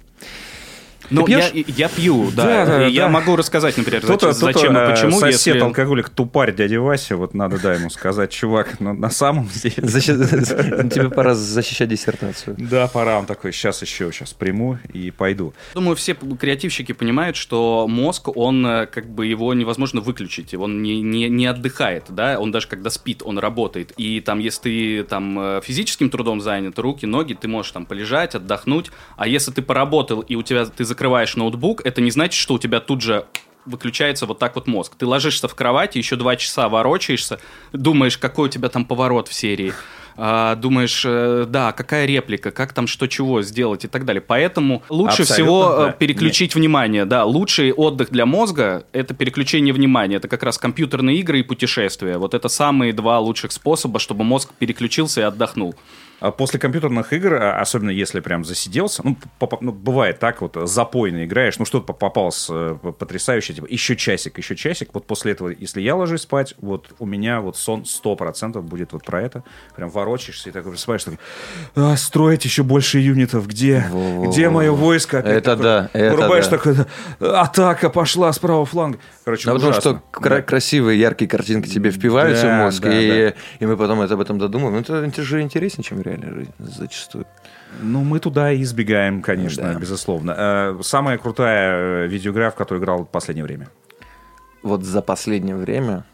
Ну, я пью, да. Я могу рассказать, например, зачем и почему. Сосед алкоголик тупарь дядя Вася, вот надо, ему сказать, чувак, на самом деле... Тебе пора защищать диссертацию. Да, пора, он такой, сейчас приму и пойду. Думаю, все креативщики понимают, что мозг, он его невозможно выключить, он не отдыхает, да, он даже когда спит, он работает. И там, если ты физическим трудом занят, руки, ноги, ты можешь полежать, отдохнуть, а если ты поработал и ты закрываешь ноутбук, это не значит, что у тебя тут же выключается вот так вот мозг. Ты ложишься в кровати, еще 2 часа ворочаешься, думаешь, какой у тебя там поворот в серии, думаешь, да, какая реплика, как там что чего сделать и так далее. Поэтому лучше всего переключить внимание. Да, лучший отдых для мозга — это переключение внимания. Это как раз компьютерные игры и путешествия. Вот это самые 2 лучших способа, чтобы мозг переключился и отдохнул. После компьютерных игр, особенно если прям засиделся, бывает так, вот запойно играешь, что-то попалось потрясающее, типа еще часик, вот после этого, если я ложусь спать, вот у меня вот сон 100% будет вот про это, прям в ворочаешься и такой просыпаешься, строить еще больше юнитов, где мое войско? Это да. Вырубаешь такой, атака пошла с правого фланга. Короче, потому что красивые, яркие картинки тебе впиваются в мозг, и мы потом об этом додумываем. Это же интереснее, чем в реальной жизни зачастую. Ну, мы туда и избегаем, конечно, безусловно. Самая крутая видеоигра, в которую играл в последнее время? Вот за последнее время...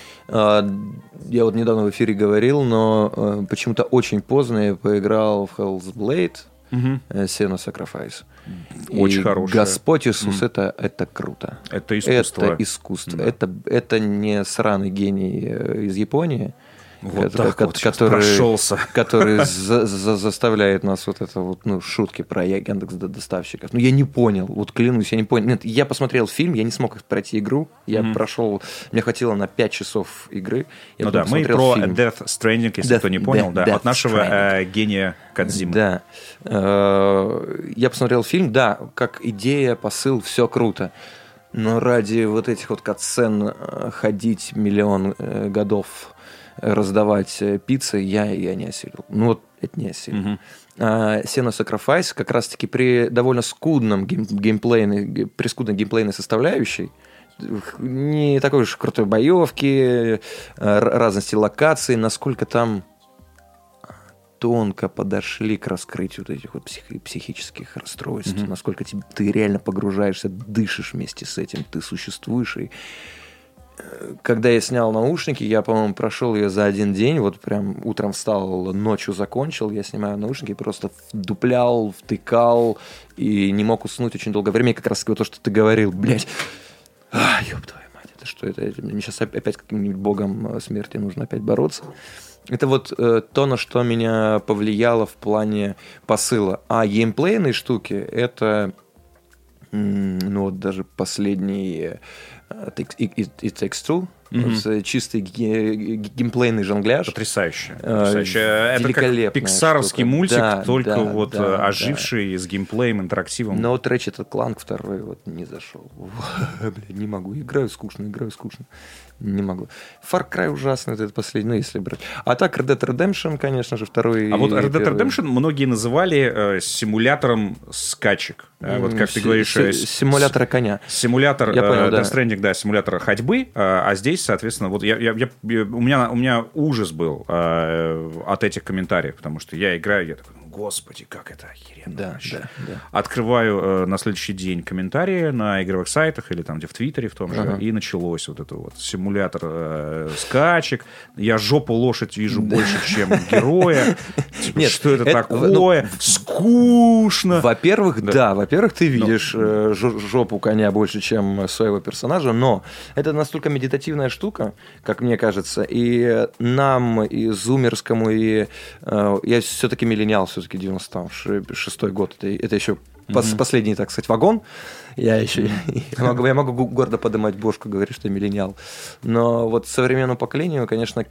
Я вот недавно в эфире говорил, но почему-то очень поздно я поиграл в Hell's Blade, Senua Sacrifice. Очень хороший. Господь Иисус, это круто. Это искусство. Это искусство. Да. Это не сраный гений из Японии, вот который заставляет нас вот это вот, шутки про Яндекс.Доставщиков. Я не понял, вот клянусь, я не понял. Нет, я посмотрел фильм, я не смог пройти игру, я прошел, мне хватило на 5 часов игры. Мы про фильм. Death Stranding, если кто не понял, от нашего гения Кодзимы. Да. Я посмотрел фильм, да, как идея, посыл, все круто. Но ради вот этих вот катсцен ходить миллион годов, раздавать пиццы, я не осилил. Это не осилил. Senua Sacrifice как раз-таки при довольно скудной геймплейной составляющей, не такой уж крутой боевки, разности локаций, насколько там тонко подошли к раскрытию вот этих вот психических расстройств, насколько ты реально погружаешься, дышишь вместе с этим, ты существуешь. И когда я снял наушники, я, по-моему, прошел ее за один день, вот прям утром встал, ночью закончил, я снимаю наушники, просто вдуплял, втыкал и не мог уснуть очень долгое время. И как раз то, что ты говорил, блядь, ёб твою мать, это что это? Мне сейчас опять каким-нибудь богом смерти нужно опять бороться. Это вот то, на что меня повлияло в плане посыла. А геймплейные штуки, это вот даже последний It Takes Two, чистый геймплейный жонгляж. Потрясающе. Это как пиксаровский мультик, только оживший с геймплеем, интерактивом. Но вот Ratchet & Clank 2 вот не зашел. Не могу. Играю скучно. Не могу. Far Cry ужасный, это последний, если брать. А так, Red Dead Redemption, конечно же, второй. А вот Red Dead Redemption многие называли симулятором скачек. Вот как ты говоришь... Симулятора коня. Симулятор Death Stranding, да, симулятор ходьбы. А здесь, соответственно, вот у меня ужас был от этих комментариев, потому что я играю, я такой, господи, как это охеренно. Да. Открываю на следующий день комментарии на игровых сайтах или там, где в Твиттере в том же, и началось вот это вот симулятор скачек. Я жопу лошадь вижу больше, чем героя. Нет, что это такое? Скучно. Во-первых, да. Во-первых, ты видишь жопу коня больше, чем своего персонажа, но это настолько медитативная штука, как мне кажется, и нам, и зумерскому, и я все-таки миллениал, все-таки 96-й год, это еще последний, так сказать, вагон. Я могу гордо поднимать бошку, говорить, что я миллениал. Но вот современному поколению, конечно,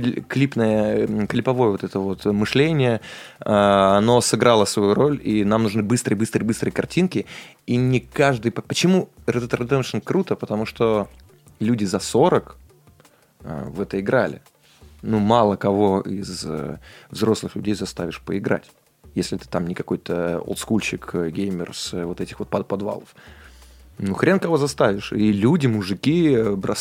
клиповое вот это вот мышление, оно сыграло свою роль, и нам нужны быстрые картинки. И не каждый... Почему Red Dead Redemption круто? Потому что люди за 40 в это играли. Мало кого из взрослых людей заставишь поиграть, если ты там не какой-то олдскульщик, геймер с вот этих вот подвалов. Хрен кого заставишь. И люди, мужики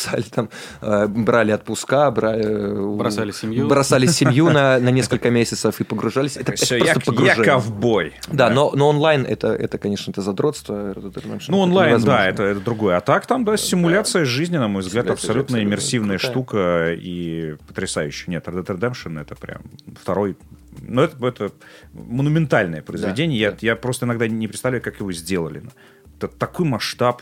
брали отпуска, бросали семью на несколько месяцев и погружались. Это просто погружение. Я ковбой. Да, но онлайн это, конечно, это задротство. Онлайн, да, это другое. А так там, да, симуляция жизни, на мой взгляд, абсолютно иммерсивная штука и потрясающая. Нет, Red Dead Redemption это прям второй. Но это монументальное произведение. Да. Я просто иногда не представляю, как его сделали. Это такой масштаб,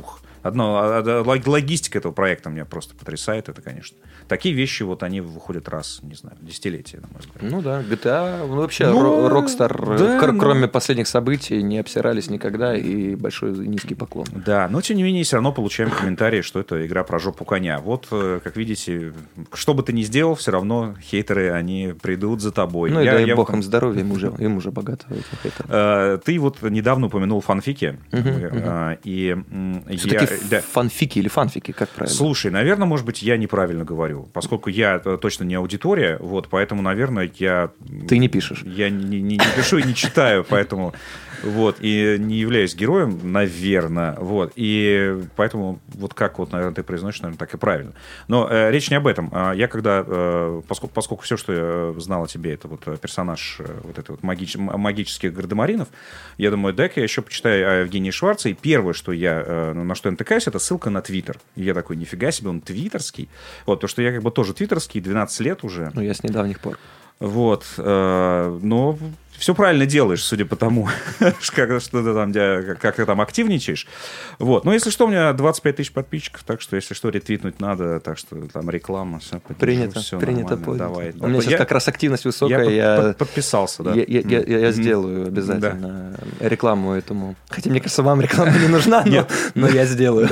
логистика этого проекта меня просто потрясает, это, конечно. Такие вещи, вот они выходят раз, не знаю, десятилетие, на мой взгляд. GTA, вообще Rockstar, кроме последних событий, не обсирались никогда, и большой низкий поклон. Да, но, тем не менее, все равно получаем комментарии, что это игра про жопу коня. Вот, как видите, что бы ты ни сделал, все равно хейтеры, они придут за тобой. И дай бог им здоровья, им уже богато. Ты вот недавно упомянул фанфики, и все-таки фанфики или фанфики, как правильно? Слушай, наверное, может быть, я неправильно говорю, поскольку я точно не аудитория, вот, поэтому, наверное, я... Ты не пишешь. Я не пишу и не читаю, поэтому... Вот, и не являюсь героем, наверное, вот, и поэтому вот как вот, наверное, ты произносишь, наверное, так и правильно. Но речь не об этом. Я когда, поскольку все, что я знал о тебе, это вот персонаж вот этой вот магических гардемаринов, я думаю, дай-ка я еще почитаю о Евгении Шварце, и первое, что я, на что я натыкаюсь, это ссылка на Твиттер. И я такой, нифига себе, он твиттерский. Вот, потому что я как бы тоже твиттерский, 12 лет уже. Ну, я с недавних пор. Вот, но все правильно делаешь, судя по тому, как ты там активничаешь. Вот. Но если что, у меня 25 тысяч подписчиков, так что, если что, ретвитнуть надо, так что там реклама, все поддержу, принято. Давай. У меня сейчас как раз активность высокая. Я подписался, да. Я сделаю обязательно рекламу этому. Хотя, мне кажется, вам реклама не нужна, но я сделаю.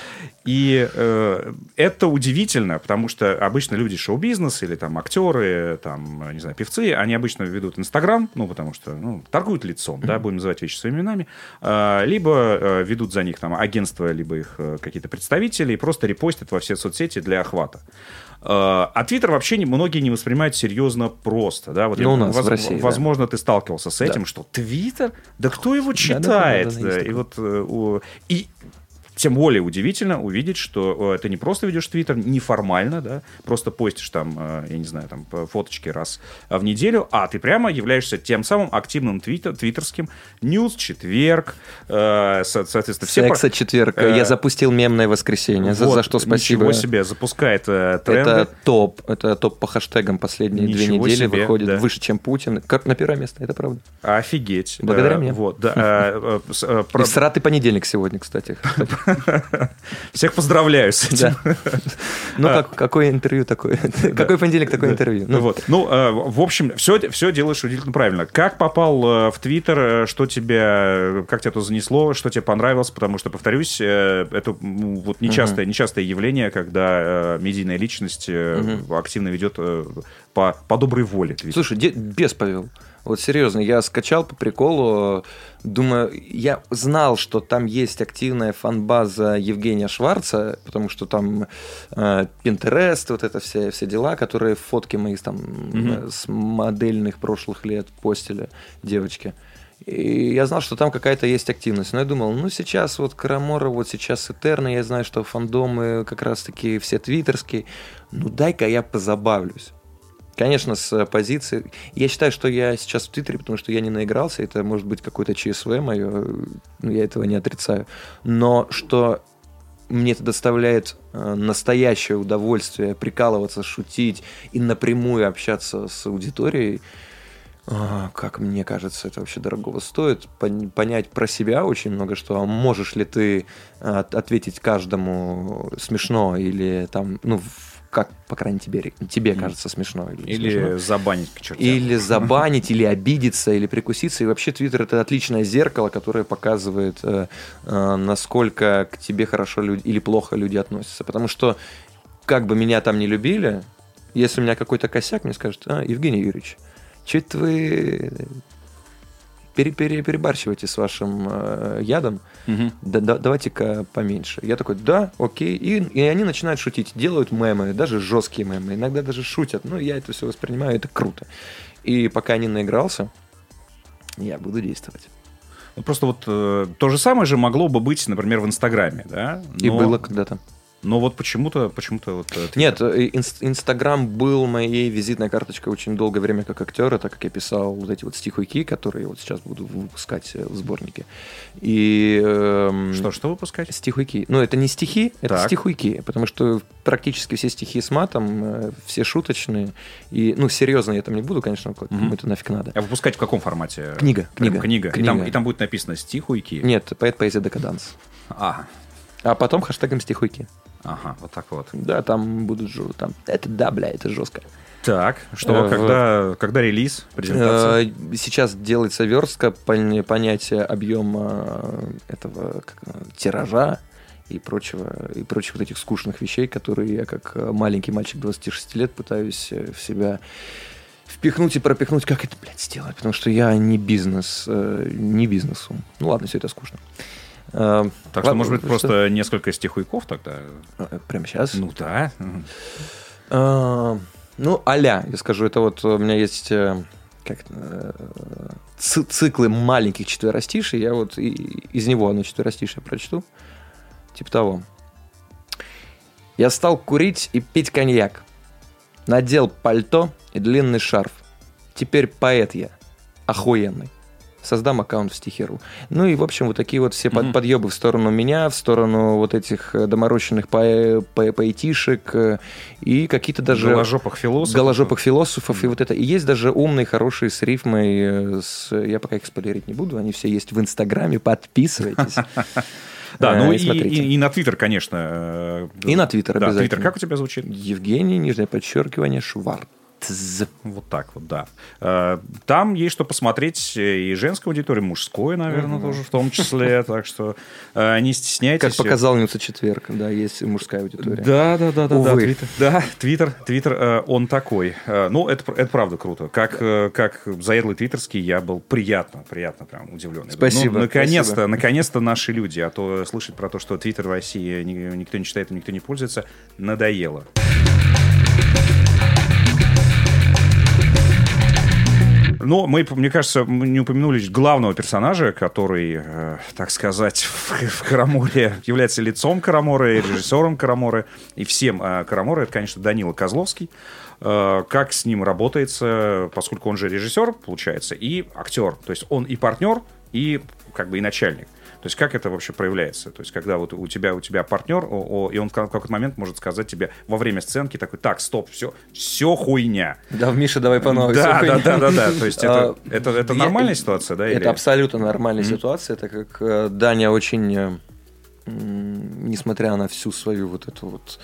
И это удивительно, потому что обычно люди шоу-бизнеса или там актеры, там, не знаю, певцы, они обычно ведут Инстаграм, ну, потому что торгуют лицом, да, будем называть вещи своими именами, либо ведут за них там агентства, либо их какие-то представители и просто репостят во все соцсети для охвата. А Твиттер вообще многие не воспринимают серьезно просто. Да? Вот у нас в России, возможно, ты сталкивался с этим, что Твиттер? Да кто его читает? И тем более удивительно увидеть, что ты не просто ведешь Твиттер неформально, да, просто постишь там, я не знаю, там фоточки раз в неделю, а ты прямо являешься тем самым активным твиттерским Ньюс-четверг, соответственно... Секса-четверг. Я запустил мемное воскресенье, вот, за что спасибо. Ничего себе, запускает тренды. Это топ по хэштегам последние ничего 2 недели себе, выходит, да. Выше, чем Путин. Как на первое место, это правда. Офигеть. Благодаря мне. Вот, да. И сратый понедельник сегодня, кстати. Всех поздравляю с этим. Ну, какое интервью такое? Какой понедельник, такое интервью? В общем, все делаешь удивительно правильно. Как попал в Твиттер, как тебя это занесло, что тебе понравилось? Потому что, повторюсь, это вот нечастое явление, когда медийная личность активно ведет по доброй воле. Слушай, бес повел. Вот серьезно, я скачал по приколу, думаю, я знал, что там есть активная фан-база Евгения Шварца, потому что там Pinterest, вот это все дела, которые фотки мои там с модельных прошлых лет постили девочки. И я знал, что там какая-то есть активность. Но я думал, сейчас вот Карамора, вот сейчас Этерна, я знаю, что фандомы как раз-таки все твиттерские. дай-ка я позабавлюсь. Конечно, с позиции... Я считаю, что я сейчас в Твиттере, потому что я не наигрался, это может быть какое-то ЧСВ мое, я этого не отрицаю. Но что мне это доставляет настоящее удовольствие прикалываться, шутить и напрямую общаться с аудиторией, как мне кажется, это вообще дорогого стоит. Понять про себя очень много, что можешь ли ты ответить каждому смешно или там, как, по крайней мере, тебе кажется смешно. Или смешно. Забанить к чертям. Или забанить, или обидеться, или прикуситься. И вообще Твиттер — это отличное зеркало, которое показывает, насколько к тебе хорошо или плохо люди относятся. Потому что, как бы меня там не любили, если у меня какой-то косяк, мне скажут: Евгений Юрьевич, что-то вы перебарщиваете с вашим ядом, давайте-ка поменьше. Я такой: да, окей. И они начинают шутить, делают мемы, даже жесткие мемы, иногда даже шутят. Я это все воспринимаю, это круто. И пока не наигрался, я буду действовать. Просто вот то же самое же могло бы быть, например, в Инстаграме, да? И было когда-то. Но вот почему-то вот... Нет, Инстаграм был моей визитной карточкой очень долгое время как актера, так как я писал вот эти вот стихуйки, которые вот сейчас буду выпускать в сборнике. И... Что выпускать? Стихуйки. Это не стихи, это стихуйки, потому что практически все стихи с матом, все шуточные. И, серьезно я там не буду, конечно, кому-то нафиг надо. А выпускать в каком формате? Книга. И там будет написано стихуйки? Нет, поэт, поэзия, декаданс. Ага. А потом хэштегом стихуйки. Ага, вот так вот. Да, там будут там. Это жестко. Так, что, когда релиз, презентация? Сейчас делается верстка, понятие объема этого тиража и прочего, вот этих скучных вещей, которые я как маленький мальчик 26 лет пытаюсь в себя впихнуть и пропихнуть, как это, сделать, потому что я не бизнесу. Ладно, все это скучно. Так что, может быть, просто несколько стихуйков тогда? Прямо сейчас? Ну да. Ну, а-ля, я скажу, это вот у меня есть циклы маленьких четверостишей, я вот из него одно четверостишее прочту. Типа того. Я стал курить и пить коньяк. Надел пальто и длинный шарф. Теперь поэт я. Охуенный. Создам аккаунт в Стихи.ру. Ну и, в общем, вот такие вот все подъебы в сторону меня, в сторону вот этих доморощенных поэтишек и какие-то даже... Голожопых философов. И вот это. И есть даже умные, хорошие с рифмой. Я пока их спойлерить не буду. Они все есть в Инстаграме. Подписывайтесь. Да, ну и на Твиттер, конечно. И на Твиттер обязательно. Твиттер как у тебя звучит? Евгений, _ Шварц. Вот так вот, да. Там есть что посмотреть и женской аудитории, мужской, наверное, тоже в том числе. Так что не стесняйтесь. Как показал Нюца Четверг, да, есть мужская аудитория. Да. Твиттер, он такой. Ну, это правда круто. Как заядлый твиттерский я был приятно прям удивлен. Спасибо. Наконец-то наши люди. А то слышать про то, что Твиттер в России никто не читает, никто не пользуется, надоело. Но мы, мне кажется, не упомянули главного персонажа, который, так сказать, в Караморе является лицом Карамора, режиссером Карамора и всем Карамора. Это, конечно, Данила Козловский. Как с ним работается, поскольку он же режиссер, получается, и актер. То есть он и партнер, и как бы и начальник. То есть как это вообще проявляется? То есть когда вот у тебя партнер, и он в какой-то момент может сказать тебе во время сценки такой: так, стоп, все хуйня. Да, Миша, давай по новой. Да. То есть это нормальная ситуация, да? Это абсолютно нормальная ситуация. Это как Даня очень, несмотря на всю свою вот эту вот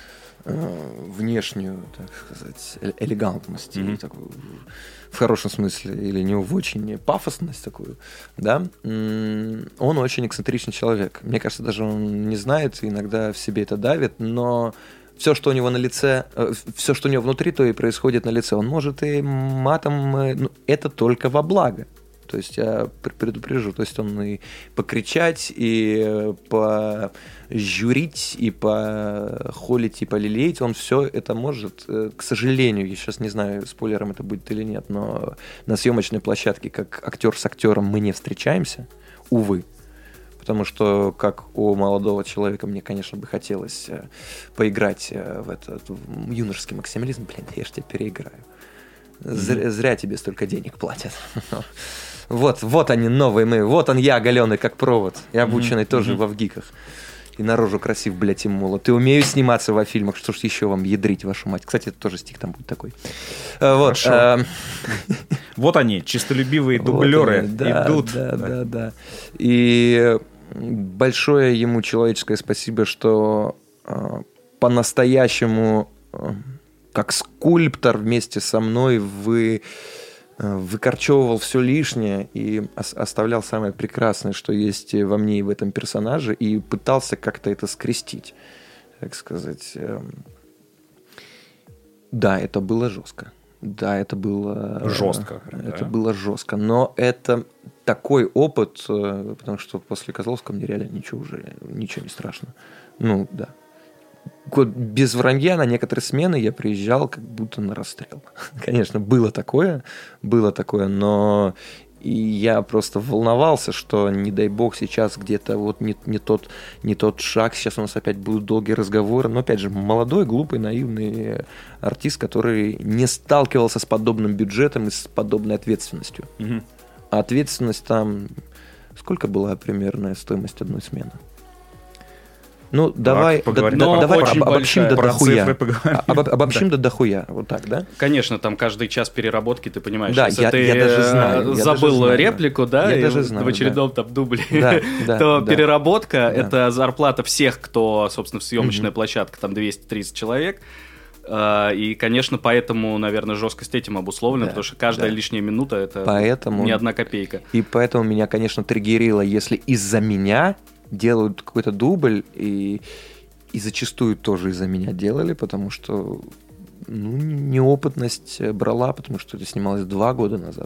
внешнюю, так сказать, элегантность, такую, в хорошем смысле, или не в очень пафосность такую, да, он очень эксцентричный человек. Мне кажется, даже он не знает, иногда в себе это давит, но все, что у него на лице, все, что у него внутри, то и происходит на лице. Он может и матом, ну, это только во благо. То есть я предупрежу, то есть он и покричать, и пожурить, и похолить, и полелеять, он все это может. К сожалению, я сейчас не знаю, спойлером это будет или нет, но на съемочной площадке как актер с актером мы не встречаемся, увы. Потому что, как у молодого человека, мне, конечно, бы хотелось поиграть в этот юношеский максимализм. Блин, я ж тебя переиграю. Зря тебе столько денег платят. Вот они новые мы. Вот он я, оголенный как провод. И обученный тоже во вгиках. И на рожу красив, блядь, и молод. И умею сниматься во фильмах. Что ж еще вам ядрить, вашу мать. Кстати, это тоже стих там будет такой. Вот. Вот они, чистолюбивые дублеры идут. Да. И большое ему человеческое спасибо, что по-настоящему, как скульптор вместе со мной, выкорчевывал все лишнее и оставлял самое прекрасное, что есть во мне и в этом персонаже, и пытался как-то это скрестить, так сказать. Да, это было жестко. Да, это было... Жестко. Это было жестко. Но это такой опыт, потому что после Козловского мне реально ничего не страшно. Ну, да. Без вранья на некоторые смены я приезжал как будто на расстрел. Конечно, было такое, но и я просто волновался, что, не дай бог, сейчас где-то вот не тот шаг, сейчас у нас опять будут долгие разговоры. Но, опять же, молодой, глупый, наивный артист, который не сталкивался с подобным бюджетом и с подобной ответственностью. А ответственность там... Сколько была примерная стоимость одной смены? Ну, давай обобщим до дохуя. Обобщим до дохуя. Вот так, да? Конечно, там каждый час переработки, ты понимаешь, да, если я даже знаю, забыл реплику, да, и в очередном там дубле, то переработка — это зарплата всех, кто, собственно, съемочная площадка, там 230 человек. И, конечно, поэтому, наверное, жесткость этим обусловлена, потому что каждая лишняя минута — это не одна копейка. И поэтому меня, конечно, триггерило, если из-за меня делают какой-то дубль, и зачастую тоже из-за меня делали, потому что неопытность брала, потому что это снималось 2 года назад.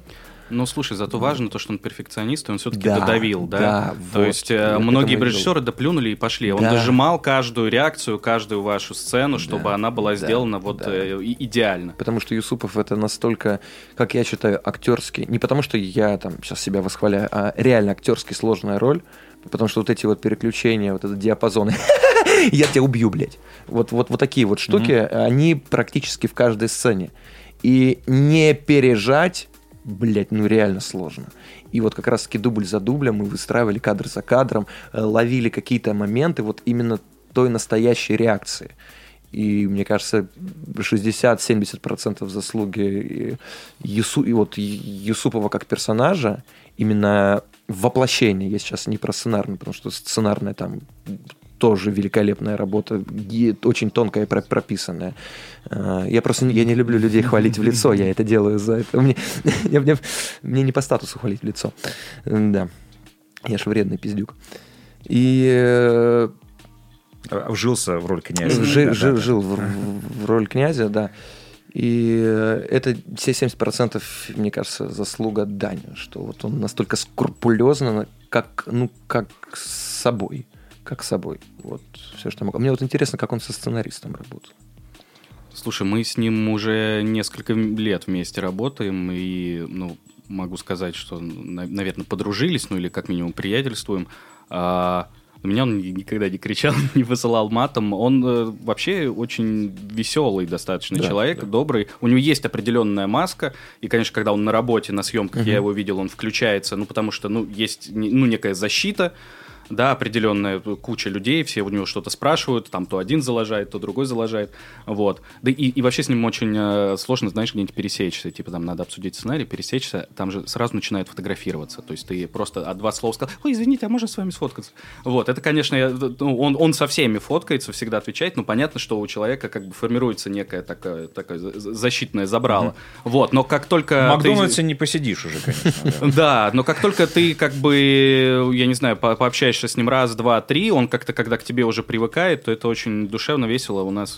Ну, слушай, зато важно то, что он перфекционист, и он все-таки додавил, да? Да, то вот, есть многие режиссеры доплюнули и пошли. Он дожимал каждую реакцию, каждую вашу сцену, чтобы она была сделана идеально. Потому что Юсупов это настолько, как я считаю, актерский. Не потому что я там сейчас себя восхваляю, а реально актерски сложная роль. Потому что вот эти вот переключения, вот этот диапазон, я тебя убью, блядь. Вот такие вот штуки, они практически в каждой сцене. И не пережать, блядь, ну реально сложно. И вот как раз-таки дубль за дублем мы выстраивали кадр за кадром, ловили какие-то моменты вот именно той настоящей реакции. И мне кажется, 60-70% заслуги Юсупова как персонажа именно воплощение. Я сейчас не про сценарное, потому что сценарная там тоже великолепная работа, очень тонкая и прописанная. Я не люблю людей хвалить в лицо, я это делаю за это. Мне не по статусу хвалить в лицо. Да. Я ж вредный пиздюк. И... Вжился в роль князя. Жил в роль князя, да. И это все 70%, мне кажется, заслуга Дани, что вот он настолько скрупулезно, как с собой. Как с собой. Вот все, что мог. Мне вот интересно, как он со сценаристом работал. Слушай, мы с ним уже несколько лет вместе работаем, и, могу сказать, что, наверное, подружились, или как минимум приятельствуем. На меня он никогда не кричал, не высылал матом. Он вообще очень веселый достаточно человек, добрый. У него есть определенная маска. И, конечно, когда он на работе, на съемках, я его видел, он включается. Потому что, есть некая защита. Да, определенная куча людей, все у него что-то спрашивают, там то один залажает, то другой залажает, вот. Да и вообще с ним очень сложно, знаешь, где-нибудь пересечься, типа там надо обсудить сценарий, пересечься, там же сразу начинают фотографироваться, то есть ты просто два слова сказал: ой, извините, а можно с вами сфоткаться? Вот, это, конечно, он со всеми фоткается, всегда отвечает, но понятно, что у человека как бы формируется некая такая защитная забрала, вот, но как только... В Макдональдсе не посидишь уже, конечно. Да, но как только ты как бы, я не знаю, пообщаешься с ним раз, два, три, он как-то, когда к тебе уже привыкает, то это очень душевно, весело. У нас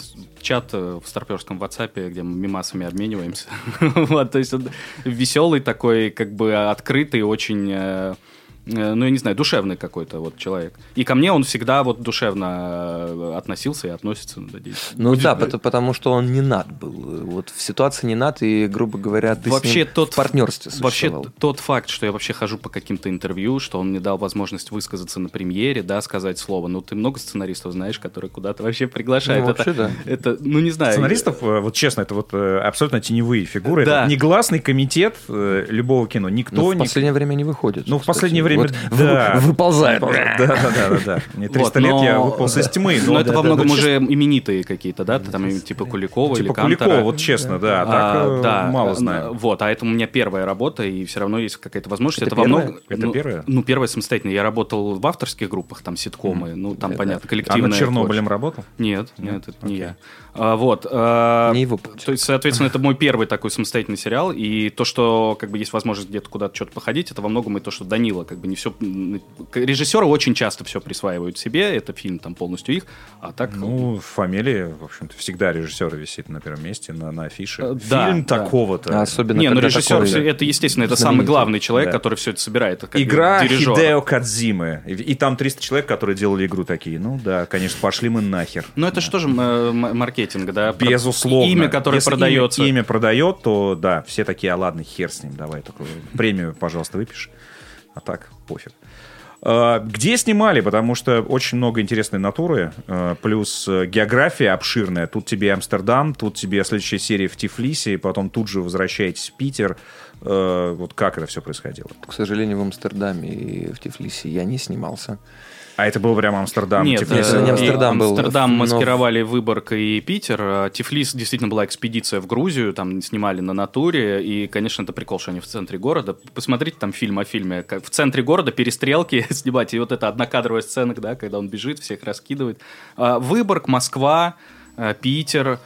чат в старперском WhatsApp, где мы мемасами обмениваемся. Вот, то есть он веселый такой, как бы открытый, очень... я не знаю, душевный какой-то вот человек. И ко мне он всегда вот душевно относился и относится, надеюсь. Потому что он не над был. Вот в ситуации не над, и, грубо говоря, ты вообще с ним в партнерстве существовал. Вообще тот факт, что я вообще хожу по каким-то интервью, что он мне дал возможность высказаться на премьере, да, сказать слово. Ты много сценаристов знаешь, которые куда-то вообще приглашают. Это, не знаю. Сценаристов, вот честно, это вот абсолютно теневые фигуры. Да. Это негласный комитет любого кино. Никто... в последнее время не выходит. В последнее время выползает. Да. Мне 300 лет, я выполз из тьмы. Но это во многом уже именитые какие-то, да? Там типа Куликова или Кантора. Куликова, вот честно, да. Так мало знаю. Вот, а это у меня первая работа, и все равно есть какая-то возможность. Это первая? Это первая? Первая самостоятельная. Я работал в авторских группах, там ситкомы, там понятно, коллективная. А над Чернобылем работал? Нет, это не я. Вот. Не его. То есть, соответственно, это мой первый такой самостоятельный сериал, и то, что как бы есть возможность где-то куда-то что-то походить, это во многом и то, что Данила как бы не все... Режиссеры очень часто все присваивают себе, это фильм там полностью их, а так... фамилия, в общем-то, всегда режиссера висит на первом месте, на афише. Да, фильм такого-то. Особенно режиссер, это, естественно, это самый главный человек, который все это собирает. Игра Хидео Кодзимы. И там 300 человек, которые делали игру такие. Конечно, пошли мы нахер. Но это же тоже маркетинг, да? Безусловно. Имя, которое продается. Имя продает, то да, все такие: а ладно, хер с ним, давай такую премию, пожалуйста, выпиши. А так, пофиг. Где снимали? Потому что очень много интересной натуры, плюс география обширная. Тут тебе Амстердам, тут тебе следующая серия в Тифлисе, и потом тут же возвращаетесь в Питер. Вот как это все происходило? К сожалению, в Амстердаме и в Тифлисе я не снимался. А это был прям Амстердам? Нет, Тифлис? не Амстердам был. Амстердам маскировали Выборг и Питер. Тифлис действительно была экспедиция в Грузию, там снимали на натуре, и, конечно, это прикол, что они в центре города. Посмотрите там фильм о фильме. Как в центре города перестрелки снимать, и вот эта однокадровая сцена, да, когда он бежит, всех раскидывает. Выборг, Москва, Питер,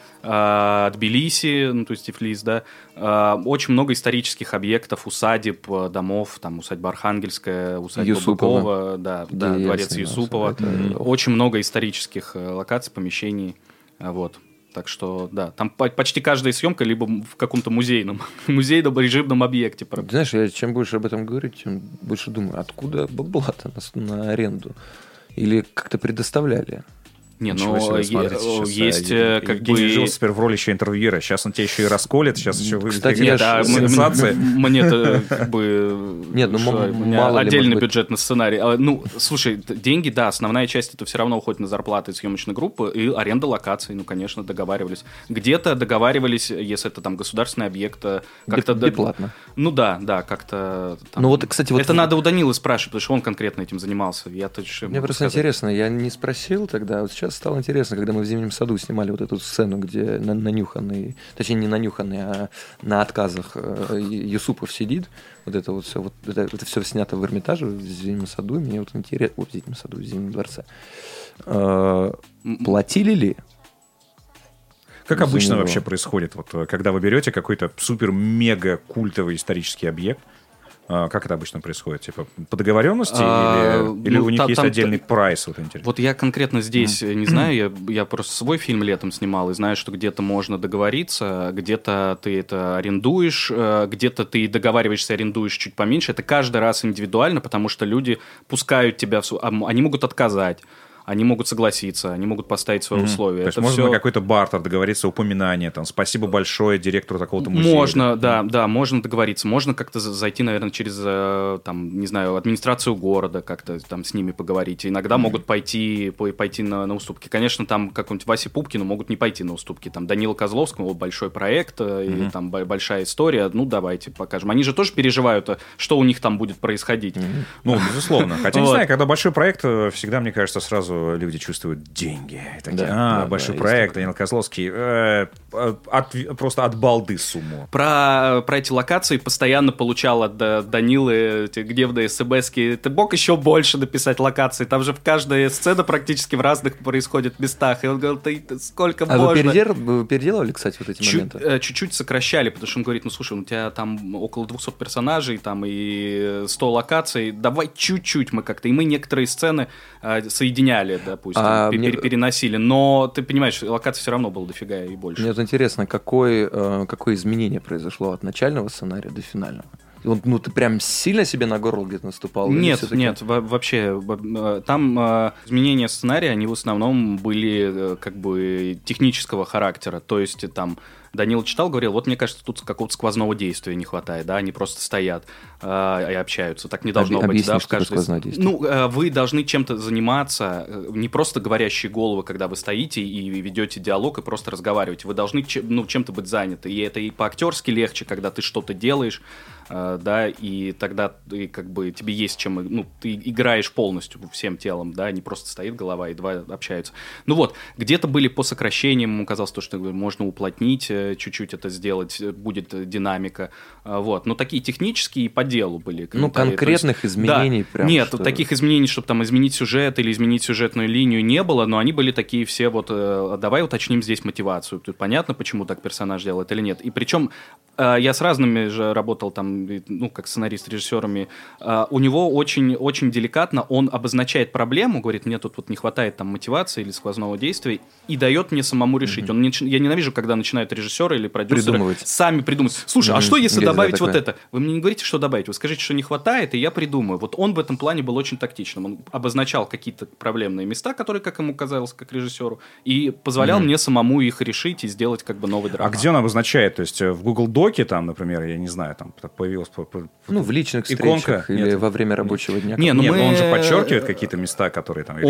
Тбилиси, то есть Тифлис, да, очень много исторических объектов, усадеб, домов, там усадьба Архангельская, усадьба Быкова, да, дворец Юсупова, очень много исторических локаций, помещений, вот. Так что, да, там почти каждая съемка либо в каком-то музейном режимном объекте. Знаешь, я чем больше об этом говорю, тем больше думаю, откуда бабла-то на аренду? Или как-то предоставляли? Не, ну, есть как бы... Евгений Жилов теперь в роли еще интервьюера. Сейчас он тебя еще и расколет, сейчас еще выведет сенсации. Мне-то как бы... Нет, ну, мало отдельный бюджет на сценарий. Ну, слушай, деньги, да, основная часть это все равно уходит на зарплаты съемочной группы и аренда локаций, ну, конечно, договаривались. Где-то договаривались, если это там государственный объект, как-то... Бесплатно. Ну да, как-то... Ну вот, кстати... Это надо у Данилы спрашивать, потому что он конкретно этим занимался. Мне просто интересно, я не спросил тогда, вот сейчас стало интересно, когда мы в «Зимнем саду» снимали вот эту сцену, где нанюханный, точнее не нанюханный, а на отказах Юсупов сидит. Вот это вот все, это все снято в Эрмитаже, в «Зимнем саду». Мне вот интересно, в «Зимнем саду», в «Зимнем дворце». Платили ли? Как обычно вообще происходит, вот, когда вы берете какой-то супер-мега-культовый исторический объект? Как это обычно происходит? Типа по договоренности или у них есть отдельный прайс? Вот я конкретно здесь не знаю, я просто свой фильм летом снимал и знаю, что где-то можно договориться, где-то ты это арендуешь, где-то ты договариваешься, арендуешь чуть поменьше. Это каждый раз индивидуально, потому что люди пускают тебя, они могут отказать. Они могут согласиться, они могут поставить свои условия. То есть можно на какой-то бартер договориться, упоминание, там, спасибо большое директору такого-то музея. Можно, да, можно договориться. Можно как-то зайти, наверное, через, там, не знаю, администрацию города, как-то там с ними поговорить. Иногда могут пойти на уступки. Конечно, там какому-нибудь Васе Пупкину могут не пойти на уступки. Там Данила Козловскому большой проект, и там большая история. Ну, давайте покажем. Они же тоже переживают, что у них там будет происходить. Ну, безусловно. Хотя, не знаю, когда большой проект, всегда, мне кажется, сразу люди чувствуют деньги. Такие, большой проект, Данил Козловский. Просто от балды сумму. Про эти локации постоянно получал от Данилы эти гневные смс-ки. Ты мог еще больше написать локаций? Там же в каждой сцене практически в разных происходит местах. И он говорил, ты сколько можно? Вы переделывали, кстати, вот эти моменты? Чуть-чуть сокращали, потому что он говорит, ну, слушай, у тебя там около 200 персонажей, там и 100 локаций. Давай чуть-чуть мы как-то. И мы некоторые сцены соединяли, допустим, переносили. Но ты понимаешь, локаций все равно было дофига и больше. Мне вот интересно, какое изменение произошло от начального сценария до финального? Ну, ты прям сильно себе на горло где-то наступал? Нет, вообще. Там изменения сценария, они в основном были как бы технического характера. То есть там Данила читал, говорил, вот мне кажется, тут какого-то сквозного действия не хватает, да, они просто стоят и общаются. Так не должно быть, да, в каждой... Ну, вы должны чем-то заниматься, не просто говорящие головы, когда вы стоите и ведете диалог и просто разговариваете. Вы должны чем-то быть заняты. И это и по-актерски легче, когда ты что-то делаешь, да, и тогда ты, как бы, тебе есть чем, ну, ты играешь полностью всем телом, да, не просто стоит голова и два общаются. Ну вот, где-то были по сокращениям, ему казалось, что можно уплотнить, чуть-чуть это сделать, будет динамика, вот, но такие технические и по делу были. Ну, конкретных изменений прям. Нет, что... таких изменений, чтобы там изменить сюжет или изменить сюжетную линию не было, но они были такие все вот, давай уточним здесь мотивацию, тут понятно, почему так персонаж делает или нет, и причем я с разными же работал там, ну, как сценарист, режиссерами, у него очень, очень деликатно он обозначает проблему, говорит, мне тут вот не хватает там мотивации или сквозного действия, и дает мне самому решить. Я ненавижу, когда начинают режиссеры или продюсеры сами придумывать. Слушай, а что если добавить вот это? Вы мне не говорите, что добавить, вы скажите, что не хватает, и я придумаю. Вот он в этом плане был очень тактичным. Он обозначал какие-то проблемные места, которые, как ему казалось, как режиссеру, и позволял мне самому их решить и сделать как бы новый драма. А где он обозначает? То есть в Google Доке там, например, я не знаю, там появилась ну, в личных встречах или нет, во время рабочего дня. Нет, он же подчеркивает какие-то места, которые там...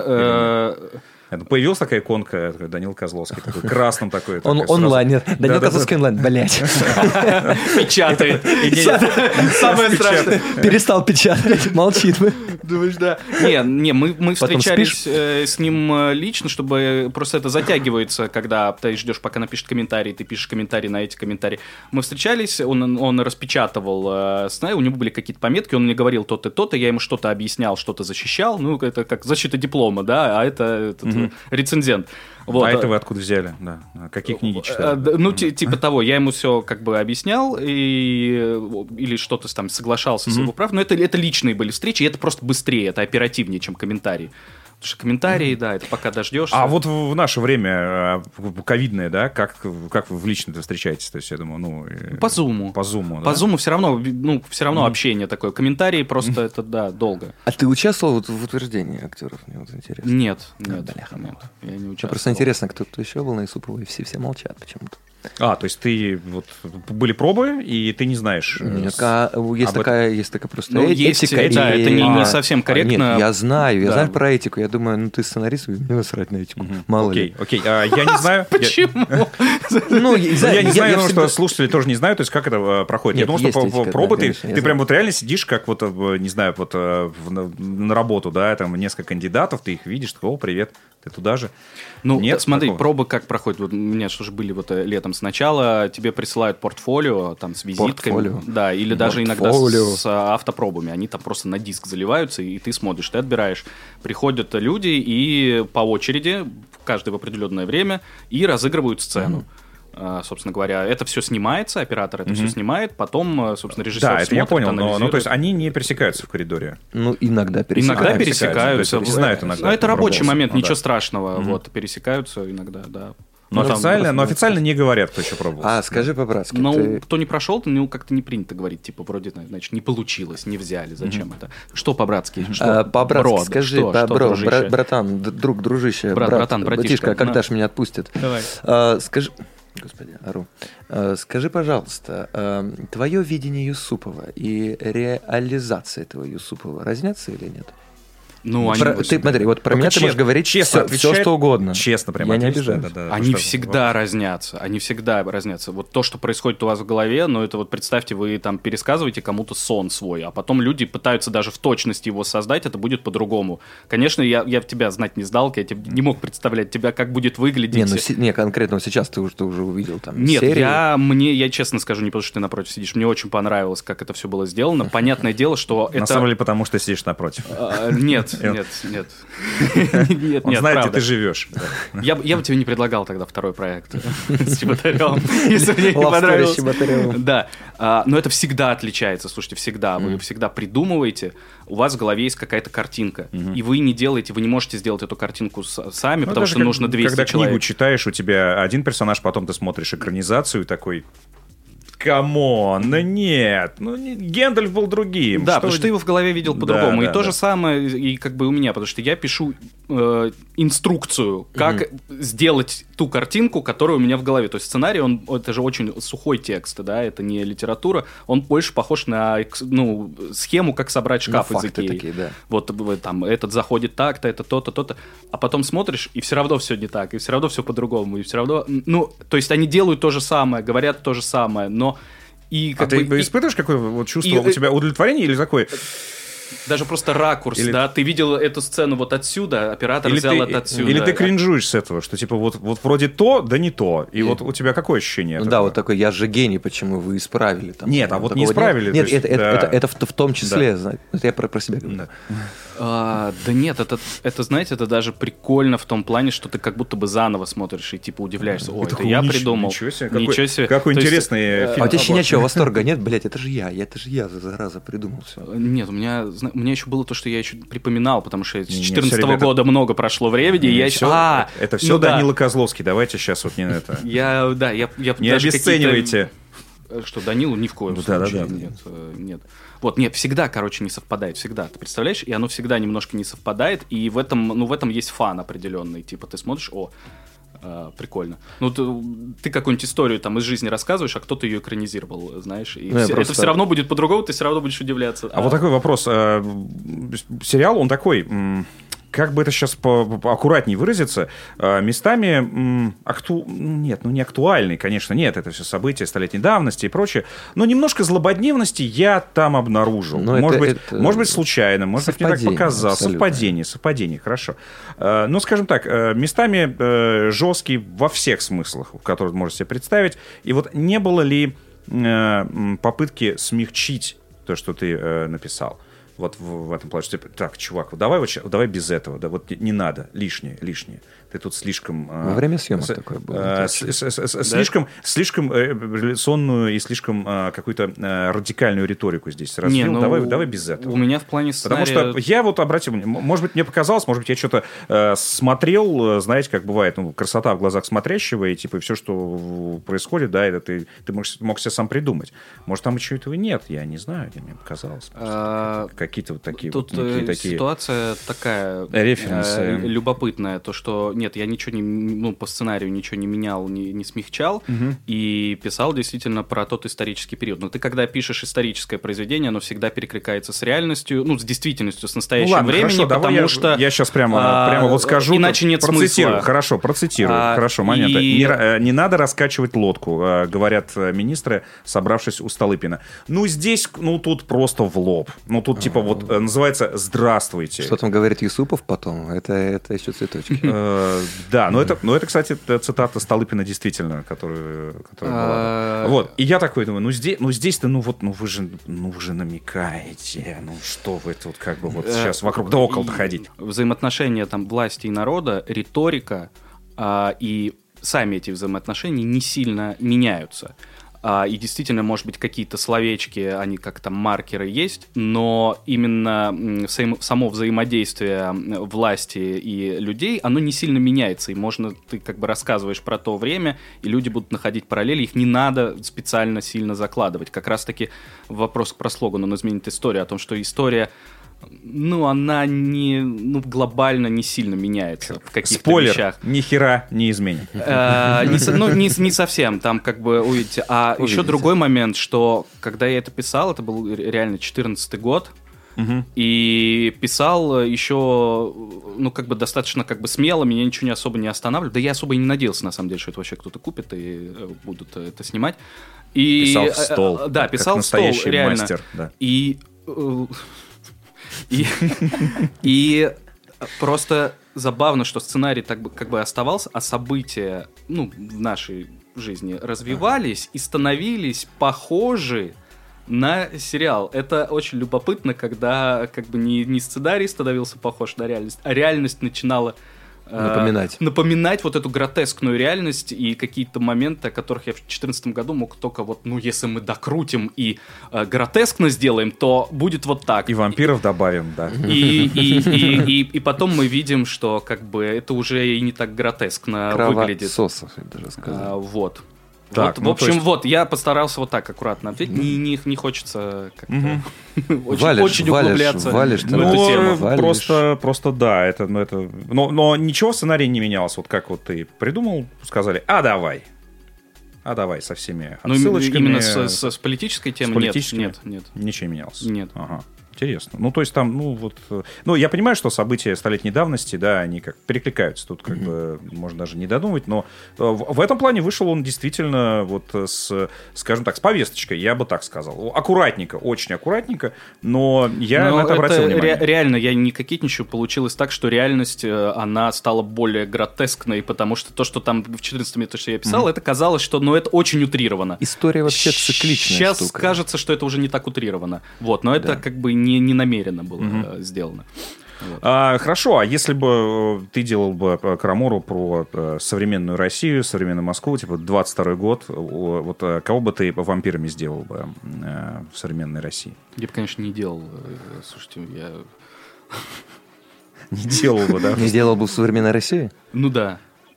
Появилась такая иконка, Данил Козловский, такой красным такой. Он онлайнер. Данил Козловский онлайн, блядь. Печатает. Самое страшное. Перестал печатать, молчит. Думаешь, да. Не, мы встречались с ним лично, чтобы просто это затягивается, когда ты ждешь, пока напишет комментарий, ты пишешь комментарий на эти комментарии. Мы встречались, он распечатывал сценарий, у него были какие-то пометки, он мне говорил то-то и то-то, я ему что-то объяснял, что-то защищал, ну, это как защита диплома, да, а это рецензент. Вот. А это вы откуда взяли? Да. Какие книги читали? Ну, типа того, я ему все как бы объяснял или что-то там соглашался с его прав, но это личные были встречи, и это просто быстрее, это оперативнее, чем комментарий. комментарии, да, это пока дождешься. А вот в наше время ковидное, да, как вы в лично-то встречаетесь? То есть, я думаю, по Zoom. По Zoom, да? По Zoom все равно общение такое. Комментарии просто это, да, долго. А ты участвовал в утверждении актеров? Мне вот интересно. Нет. Я не участвовал. Просто интересно, кто-то еще был на Исуповой, все молчат почему-то. То есть ты вот были пробы, и ты не знаешь. Нет, есть такая просто этика. Да, это не совсем корректно. Нет, я знаю про этику. Я думаю, ты сценарист, мне насрать на этику. Мало ли. Окей, я не знаю. Почему? Я не знаю, потому что слушатели тоже не знают, то есть как это проходит. Я думал, что пробы ты прям вот реально сидишь, как вот, не знаю, вот на работу, да, там несколько кандидатов, ты их видишь, такой, привет, ты туда же. Нет, смотри, пробы как проходят. Вот у меня же были вот летом сначала, тебе присылают портфолио там с визитками. Да, или даже иногда с автопробами. Они там просто на диск заливаются, и ты смотришь, ты отбираешь. Приходят люди и по очереди, каждый в определенное время, и разыгрывают сцену. Собственно говоря, это все снимается, оператор это все снимает, потом, собственно, режиссер смотрит, это я понял, но то есть они не пересекаются в коридоре? Иногда пересекаются. Иногда пересекаются. Знают иногда. Но это рабочий момент, ничего страшного. Вот, пересекаются иногда, да. Но официально не говорят, кто еще пробовал. Скажи по-братски. Кто не прошел, то как-то не принято говорить, типа, вроде, значит, не получилось, не взяли, зачем это? Что по-братски? По-братски скажи, братан, дружище, братан, братишка, когда ж меня отпустят? Давай. Скажи... Господи, ору. Скажи, пожалуйста, твое видение Юсупова и реализация этого Юсупова разнятся или нет? Смотри, вот про меня ты можешь говорить все, что угодно. Честно, прям. Я не обижаюсь. Они всегда разнятся. Вот то, что происходит у вас в голове, это вот представьте, вы там пересказываете кому-то сон свой, а потом люди пытаются даже в точности его создать, это будет по-другому. Конечно, я в тебя знать не сдал, я тебе не мог представлять тебя, как будет выглядеть. Не, конкретно сейчас ты уже увидел там Нет, серию. я честно скажу, не потому что ты напротив сидишь, мне очень понравилось, как это все было сделано. Понятное дело, что это... На самом деле, потому что сидишь напротив. Нет. Он знает, где ты живешь. Я бы тебе не предлагал тогда второй проект с Чеботаревым, если мне не понравилось. Да, но это всегда отличается, слушайте, всегда. Вы всегда придумываете, у вас в голове есть какая-то картинка, и вы не можете сделать эту картинку сами, потому что нужно 200 человек. Когда книгу читаешь, у тебя один персонаж, потом ты смотришь экранизацию и такой... Камон, нет, Гендальф был другим. Да, потому что ты его в голове видел по-другому. И то же самое, и как бы у меня, потому что я пишу инструкцию, как сделать ту картинку, которая у меня в голове. То есть сценарий, это же очень сухой текст, да, это не литература, он больше похож на схему, как собрать шкаф из Икеи. Такие, да. Вот там этот заходит так-то, это то-то, то-то, а потом смотришь, и все равно все не так, и все равно все по-другому, и все равно, то есть они делают то же самое, говорят то же самое, но и как бы... ты испытываешь какое вот чувство у тебя удовлетворение или такое... Даже просто ракурс, да, ты видел эту сцену вот отсюда, оператор взял это отсюда. Или ты кринжуешь с этого, что типа вот вроде то, да не то. И вот у тебя какое ощущение? Да, вот такой, я же гений, почему вы исправили. Нет, а вот не исправили. Нет, это в том числе, это я про себя говорю. Да нет, это, знаете, это даже прикольно в том плане, что ты как будто бы заново смотришь и типа удивляешься, это я придумал. Ничего себе. Какой интересный фильм. А у тебя щенячьего восторга нет? Блять, это же я, зараза, придумал все. Нет, у меня еще было то, что я еще припоминал, потому что с 2014 года много прошло времени, и я еще... Это все Данила Козловский, давайте сейчас вот не это... Не обесценивайте. Что, Данилу ни в коем случае. Нет. Вот, нет, всегда, короче, не совпадает, всегда. Ты представляешь? И оно всегда немножко не совпадает, и в этом есть фан определенный. Типа ты смотришь, прикольно. Ты какую-нибудь историю там из жизни рассказываешь, а кто-то ее экранизировал, знаешь. И это все равно будет по-другому, ты все равно будешь удивляться. Вот такой вопрос. Сериал, он такой... Как бы это сейчас поаккуратнее выразиться, местами не актуальный, конечно, нет, это все события столетней давности и прочее, но немножко злободневности я там обнаружил. Может быть, случайно, может быть, мне так показалось. Совпадение, хорошо. Но, скажем так, местами жесткий во всех смыслах, которые можете себе представить. И вот не было ли попытки смягчить то, что ты написал? Вот в этом плане. Так, чувак, давай без этого. Да, вот не надо. Лишнее. Ты тут слишком... Во время съемок такое было. Слишком революционную и слишком какую-то радикальную риторику здесь развил. Давай без этого. У меня в плане сценария... Потому что я вот обратил внимание, может быть, мне показалось, может быть, я что-то смотрел, знаете, как бывает, красота в глазах смотрящего, и типа все, что происходит, да, это ты мог себе сам придумать. Может, там еще этого нет, я не знаю, мне показалось. Какие-то вот такие... Тут ситуация такая любопытная, то, что нет, я ничего по сценарию ничего не менял, не смягчал, и писал действительно про тот исторический период. Но ты, когда пишешь историческое произведение, оно всегда перекликается с реальностью, с действительностью, с настоящим временем, потому что... Я сейчас прямо вот скажу. Иначе нет смысла. Процитирую. Хорошо, момент. Не надо раскачивать лодку, говорят министры, собравшись у Столыпина. Здесь, тут просто в лоб. Тут типа вот называется «Здравствуйте». Что там говорит Юсупов потом? Это еще цветочки. Да, но это, кстати, цитата Столыпина действительно, которая была. Вот. И я такой думаю, здесь-то, вы же намекаете, что вы тут как бы вот сейчас вокруг да около ходить. Взаимоотношения там власти и народа, риторика и сами эти взаимоотношения не сильно меняются. И действительно, может быть, какие-то словечки, они как-то маркеры есть, но именно само взаимодействие власти и людей, оно не сильно меняется. И ты как бы рассказываешь про то время, и люди будут находить параллели, их не надо специально сильно закладывать. Как раз-таки вопрос про слоган, он изменит историю, о том, что история... она глобально не сильно меняется в каких-то вещах. Ни хера не изменит. Не совсем. Там как бы увидите. Еще другой момент, что когда я это писал, это был реально 14-й год, и писал еще, достаточно смело, меня ничего не особо не останавливало. Да я особо и не надеялся, на самом деле, что это вообще кто-то купит и будут это снимать. Писал в стол. Да, писал в стол, реально. Мастер, да. И просто забавно, что сценарий как бы оставался, а события в нашей жизни развивались и становились похожи на сериал. Это очень любопытно, когда как бы не сценарий становился похож на реальность, а реальность начинала напоминать вот эту гротескную реальность и какие-то моменты, о которых я в 2014 году мог только если мы докрутим и гротескно сделаем, то будет вот так. И вампиров добавим, да. И потом мы видим, что как бы это уже и не так гротескно выглядит. Кровососов, я даже сказал. Вот. Так, вот, я постарался вот так аккуратно ответить. Не хочется как-то очень углубляться в эту тему. Просто да, это. Но ничего в сценарии не менялось. Вот как вот ты придумал, сказали, давай со всеми отсылочками. Именно с политической темой нет. Ничего не менялось. Нет. Ага. Интересно. То есть там, я понимаю, что события столетней давности, да, они как перекликаются. Тут как бы можно даже не додумывать, но в этом плане вышел он действительно скажем так, с повесточкой, я бы так сказал. Аккуратненько, очень аккуратненько, но я на это обратил внимание. Реально, я не кокетничаю, получилось так, что реальность, она стала более гротескной, потому что то, что там в 14-м, то, что я писал, это казалось, что, это очень утрировано. История вообще цикличная штука. Сейчас кажется, что это уже не так утрировано. Но это как бы не намеренно было сделано. Вот. Хорошо, а если бы ты делал бы Крамору про современную Россию, современную Москву, типа 22-й год, кого бы ты вампирами сделал бы в современной России? Я бы, конечно, не делал. Слушайте, я... Не делал бы, да? Не делал бы в современной России? Да.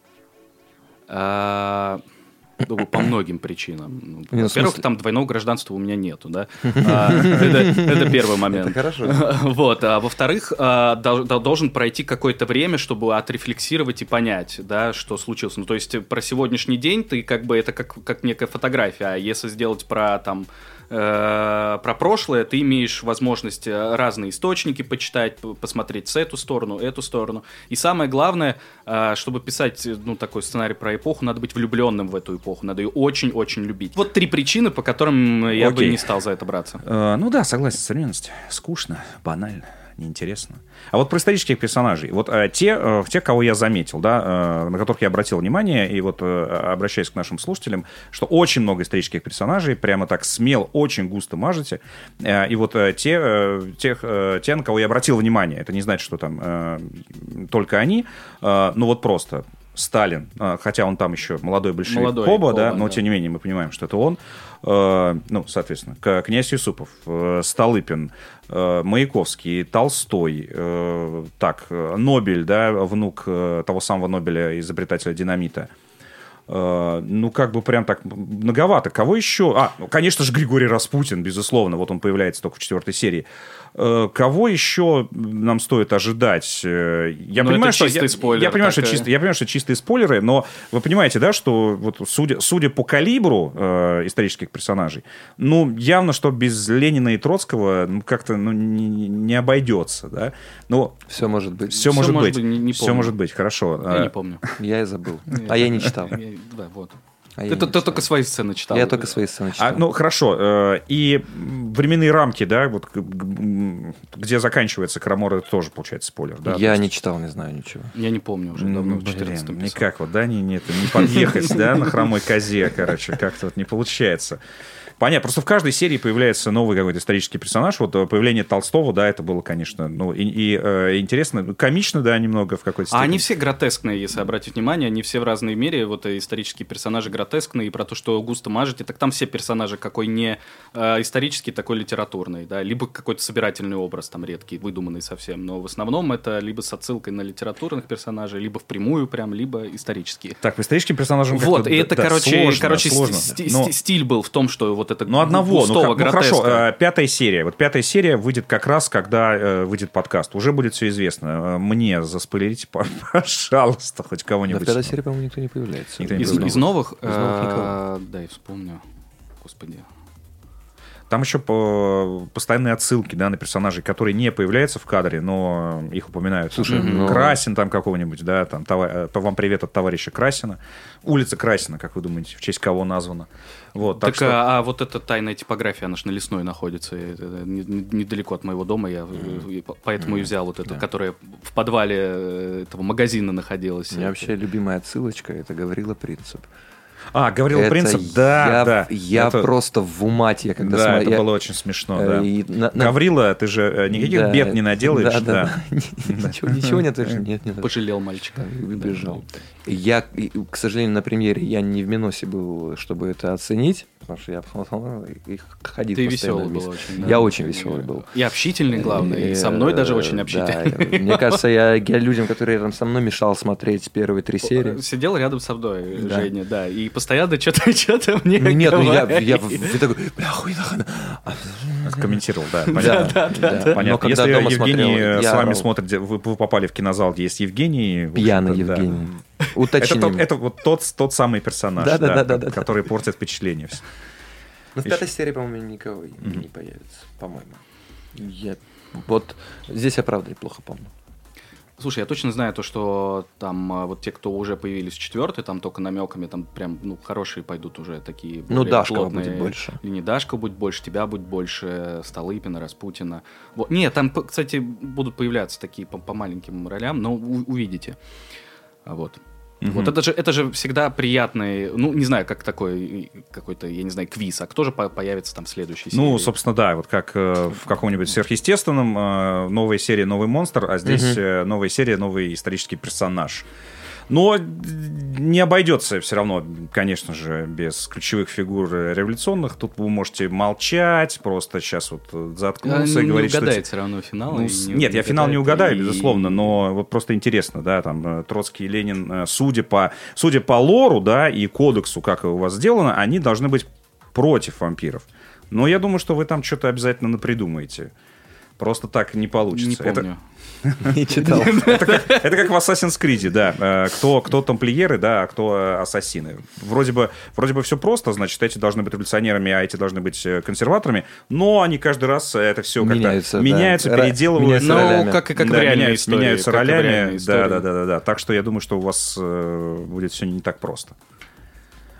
По многим причинам. Во-первых, там двойного гражданства у меня нету, да. Это первый момент. Это хорошо. А во-вторых, должен пройти какое-то время, чтобы отрефлексировать и понять, да, что случилось. То есть про сегодняшний день ты как бы это как некая фотография, а если сделать про про прошлое, ты имеешь возможность разные источники почитать, посмотреть с эту сторону. И самое главное, чтобы писать такой сценарий про эпоху, надо быть влюбленным в эту эпоху, надо ее очень-очень любить. Вот 3 причины, по которым я бы не стал за это браться. Да, согласен, современность. Скучно, банально. неинтересно. А вот про исторических персонажей. Вот те, кого я заметил, да, на которых я обратил внимание, и вот обращаюсь к нашим слушателям, что очень много исторических персонажей, прямо так смело, очень густо мажете. И вот те, на кого я обратил внимание, это не значит, что там только они, ну вот просто Сталин, хотя он там еще молодой большевик Коба, да, но тем не менее мы понимаем, что это он. Ну, соответственно, князь Юсупов, Столыпин, Маяковский, Толстой, Нобель, да, внук того самого Нобеля, изобретателя динамита. Ну, как бы прям так многовато. Кого еще? Конечно же, Григорий Распутин, безусловно. Вот он появляется только в 4-й серии. Кого еще нам стоит ожидать? Я понимаю, что чистые спойлеры, но вы понимаете, да, что вот судя по калибру исторических персонажей, ну, явно, что без Ленина и Троцкого как-то не обойдется, да? Но все может быть. Все может быть, хорошо. Я не помню. Я и забыл. А я не читал. Да, вот. Ты только свои сцены читал. Я только свои сцены читал. Ну, хорошо. И временные рамки, да, вот где заканчивается Крамора, это тоже, получается, спойлер, да? Я не читал, не знаю ничего. Я не помню уже давно, в 14-м писал. Никак вот, да, не подъехать, да, на хромой козе, короче, как-то вот не получается. Понятно, просто в каждой серии появляется новый какой-то исторический персонаж. Вот появление Толстого, да, это было, конечно, ну, и интересно, комично, да, немного в какой-то степени. А они все гротескные, если обратить внимание, они все в разной мере, вот исторические персонажи гротескные, и про то, что густо мажете, так там все персонажи какой не исторический, такой литературный, да, либо какой-то собирательный образ, там, редкий, выдуманный совсем, но в основном это либо с отсылкой на литературных персонажей, либо впрямую прям, либо исторические. Так, по историческим персонажам вот, и это, короче, сложно. Стиль был в том, что вот это густого гротеска. Хорошо, 5-я серия. Вот 5-я серия выйдет как раз, когда выйдет подкаст. Уже будет все известно. Мне заспойлерите, пожалуйста, хоть кого-нибудь. В 5-й серии, по-моему, никто не появляется. Из новых? Никого. Да, я вспомню. Господи. Там еще постоянные отсылки, да, на персонажей, которые не появляются в кадре, но их упоминают. Слушай, Красин там какого-нибудь, да, там, вам привет от товарища Красина. Улица Красина, как вы думаете, в честь кого названа? Вот, так что... вот эта тайная типография, она же на Лесной находится, недалеко от моего дома, я поэтому и взял вот эту, которая в подвале этого магазина находилась. У меня вообще любимая отсылочка, это Гаврила Принцип. Гаврила Принцип, да. Я просто в умате, когда смотрел. Да, это было очень смешно, да. Гаврила, ты же никаких бед не наделаешь. Да. Ничего нет, нет. Пожалел мальчика. Убежал. Я, к сожалению, на премьере я не в Миносе был, чтобы это оценить, потому что я посмотрел и ходил. Ты веселый был очень. Да? Я очень веселый был. И общительный, главное, и со мной даже очень общительный. Да. Мне кажется, я людям, которые рядом со мной, мешал смотреть первые 3 серии. Сидел рядом со мной, Женя, да, и постоянно что-то мне говорит. Я такой, бля, хуй комментировал, да, понятно. Понятно. Если Евгений с вами смотрит, вы попали в кинозал, где есть Евгений. Пьяный Евгений. Уточним. Это вот тот самый персонаж, который портит впечатление. Но в 5-й серии, по-моему, никого не появится, по-моему. Вот здесь я, правда, неплохо помню. Слушай, я точно знаю то, что там вот те, кто уже появились в 4-й, там только намеками, там прям, хорошие пойдут уже такие более Дашкова будет больше. Линии Дашкова будет больше, тебя будет больше, Столыпина, Распутина. Вот. Нет, там, кстати, будут появляться такие по маленьким ролям, но увидите. Вот. Вот это же всегда приятный, не знаю, как такой какой-то, я не знаю, квиз, а кто же появится там в следующей серии? Собственно, да, вот как в каком-нибудь сверхъестественном, новая серия, новый монстр, а здесь новая серия, новый исторический персонаж. Но не обойдется все равно, конечно же, без ключевых фигур революционных. Тут вы можете молчать, просто сейчас вот заткнуться и говорить, что... Не угадаете все равно финал. Нет, я финал не угадаю, безусловно, но вот просто интересно, да, там Троцкий и Ленин, судя по лору, да, и кодексу, как у вас сделано, они должны быть против вампиров. Но я думаю, что вы там что-то обязательно напридумаете. Просто так не получится. Не помню. Не читал. Это как в Assassin's Creed, да. Кто тамплиеры, да, а кто ассасины. Вроде бы все просто, значит, эти должны быть революционерами, а эти должны быть консерваторами, но они каждый раз это все как-то меняются, переделываются. Как в реальной истории. Меняются ролями. Да. Так что я думаю, что у вас будет все не так просто.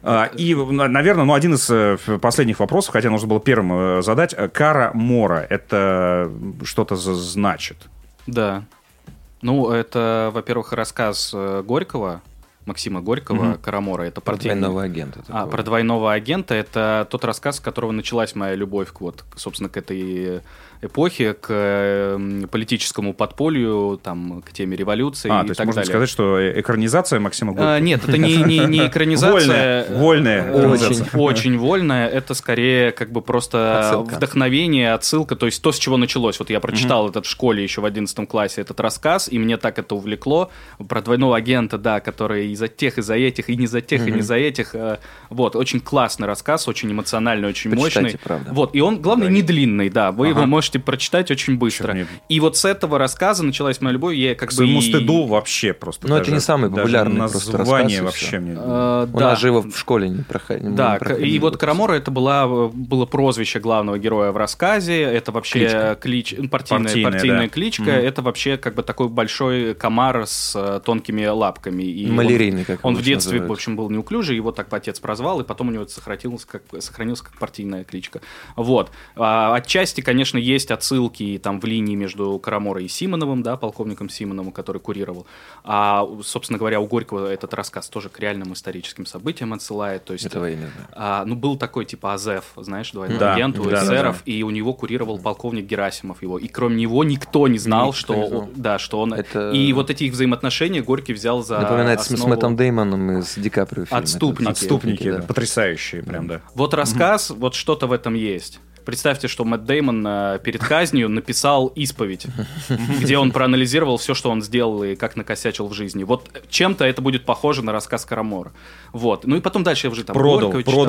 И, наверное, один из последних вопросов, хотя нужно было первым задать. Кара Мора — это что-то значит? Да. Ну, это, во-первых, рассказ Горького, Максима Горького, «Кара Мора». Это про двойного агента. Про двойного агента. Это тот рассказ, с которого началась моя любовь собственно, к этой эпохе, к политическому подполью, там, к теме революции и так далее. То есть можно сказать, что экранизация Максима Горького? Нет, это не экранизация. Вольная. Очень вольная. Это скорее как бы просто вдохновение, отсылка. То есть то, с чего началось. Вот я прочитал этот в школе еще в 11 классе, этот рассказ, и мне так это увлекло. Про двойного агента, да, который из-за тех, из-за этих, и не за тех, и не за этих. Вот, очень классный рассказ, очень эмоциональный, очень мощный. Правда. Вот, и он, главное, не длинный, да. Вы его можете прочитать очень быстро. И вот с этого рассказа началась моя любовь. Я как к своему стыду вообще просто. Но это не самый популярный просто рассказ. Вообще мне. У нас же его в школе не проходили. Да, и вот «Кара Мора» это было прозвище главного героя в рассказе. Это вообще партийная кличка. Это вообще как бы такой большой комар с тонкими лапками. И малярийный, как он в детстве, в общем, был неуклюжий, его так отец прозвал, и потом у него это сохранилось как партийная кличка. Вот. Отчасти, конечно, есть отсылки там в линии между «Кара Морой» и Симоновым, да, полковником Симоновым, который курировал. Собственно говоря, у Горького этот рассказ тоже к реальным историческим событиям отсылает. То есть, этого я не знаю. Был такой типа Азеф, знаешь, двойной агент у эсеров, и у него курировал полковник Герасимов его. И кроме него никто не знал, что он... И вот эти их взаимоотношения Горький взял за напоминает с Мэттом Дэймоном из Ди Каприо фильма. Отступники, да. Потрясающие прям, да. Вот рассказ, вот что-то в этом есть. Представьте, что Мэтт Дэймон перед казнью написал исповедь, где он проанализировал все, что он сделал и как накосячил в жизни. Вот чем-то это будет похоже на рассказ «Кара Мора». Вот. Ну и потом дальше я уже там продал.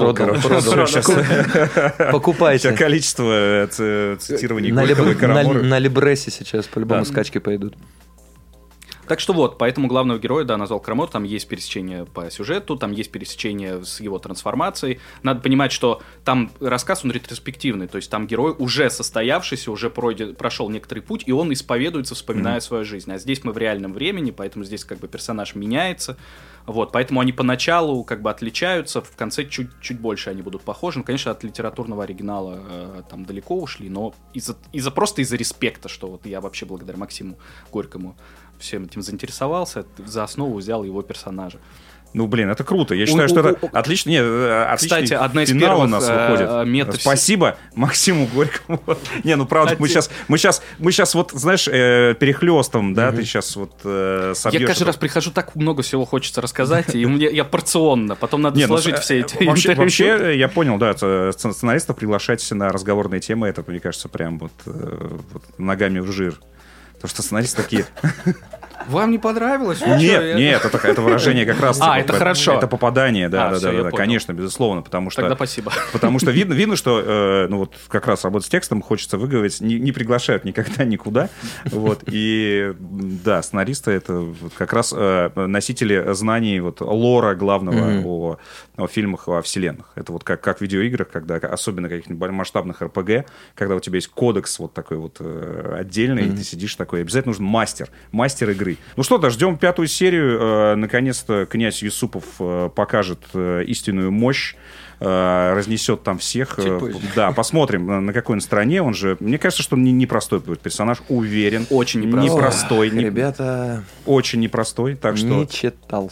Покупайте. Количество цитирований Горького и «Кара Моры». На Либресе сейчас по-любому скачки пойдут. Так что вот, поэтому главного героя, да, назвал «Кара Мора», там есть пересечение по сюжету, там есть пересечение с его трансформацией. Надо понимать, что там рассказ, он ретроспективный, то есть там герой уже состоявшийся, уже прошел некоторый путь, и он исповедуется, вспоминая свою жизнь. А здесь мы в реальном времени, поэтому здесь как бы персонаж меняется. Вот, поэтому они поначалу как бы отличаются, в конце чуть больше они будут похожи. Ну, конечно, от литературного оригинала там далеко ушли, но просто из-за респекта, что вот я вообще благодаря Максиму Горькому всем этим заинтересовался, за основу взял его персонажа. Ну, блин, это круто. Я считаю, что это отличный Кстати, одна из финал первых у нас выходит. Спасибо Максиму Горькому. Не, ну правда, мы сейчас вот, знаешь, перехлёстом, да, ты сейчас вот собьёшь. Я каждый раз прихожу, так много всего хочется рассказать, и я порционно, потом надо сложить все эти интервью. Вообще, я понял, да, сценаристов приглашать на разговорные темы, это, мне кажется, прям вот ногами в жир. Потому что сценаристы такие... Вам не понравилось? Нет, это выражение как раз... это хорошо. Это попадание, да, конечно, безусловно, потому что... Тогда спасибо. Потому что видно, что, ну вот как раз работать с текстом хочется выговорить, не приглашают никогда никуда, вот, и да, сценаристы — это как раз носители знаний вот лора главного о фильмах, о вселенных. Это вот как в видеоиграх, когда особенно каких-нибудь масштабных РПГ, когда у тебя есть кодекс вот такой вот отдельный, и ты сидишь такой, обязательно нужен мастер игры. Ну что-то, ждем 5-ю серию. Наконец-то князь Юсупов покажет истинную мощь, разнесет там всех. Да, посмотрим, на какой он стороне. Он же, мне кажется, что он непростой будет персонаж, уверен. Очень непростой. Ребята... Очень непростой, так что... Не читал.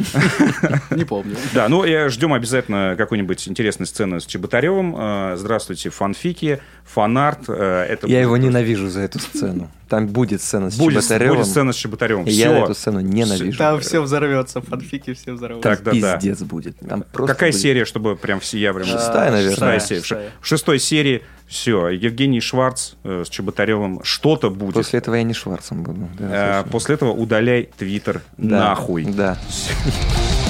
Не помню. Да, ну ждем обязательно какой-нибудь интересной сцены с Чеботаревым. Здравствуйте, фанфики, фанарт. Я его ненавижу за эту сцену. Там будет сцена с Чеботаревым. Будет сцена с Чеботаревым. Я эту сцену ненавижу. Там все взорвется, фанфики все взорвутся. Там пиздец будет. Какая серия, чтобы прям я прям... 6-я, наверное. 6-я серия. В 6-й серии все, Евгений Шварц с Чеботаревым, что-то будет. После этого я не Шварцем буду. После этого удаляй Твиттер нахуй. Да.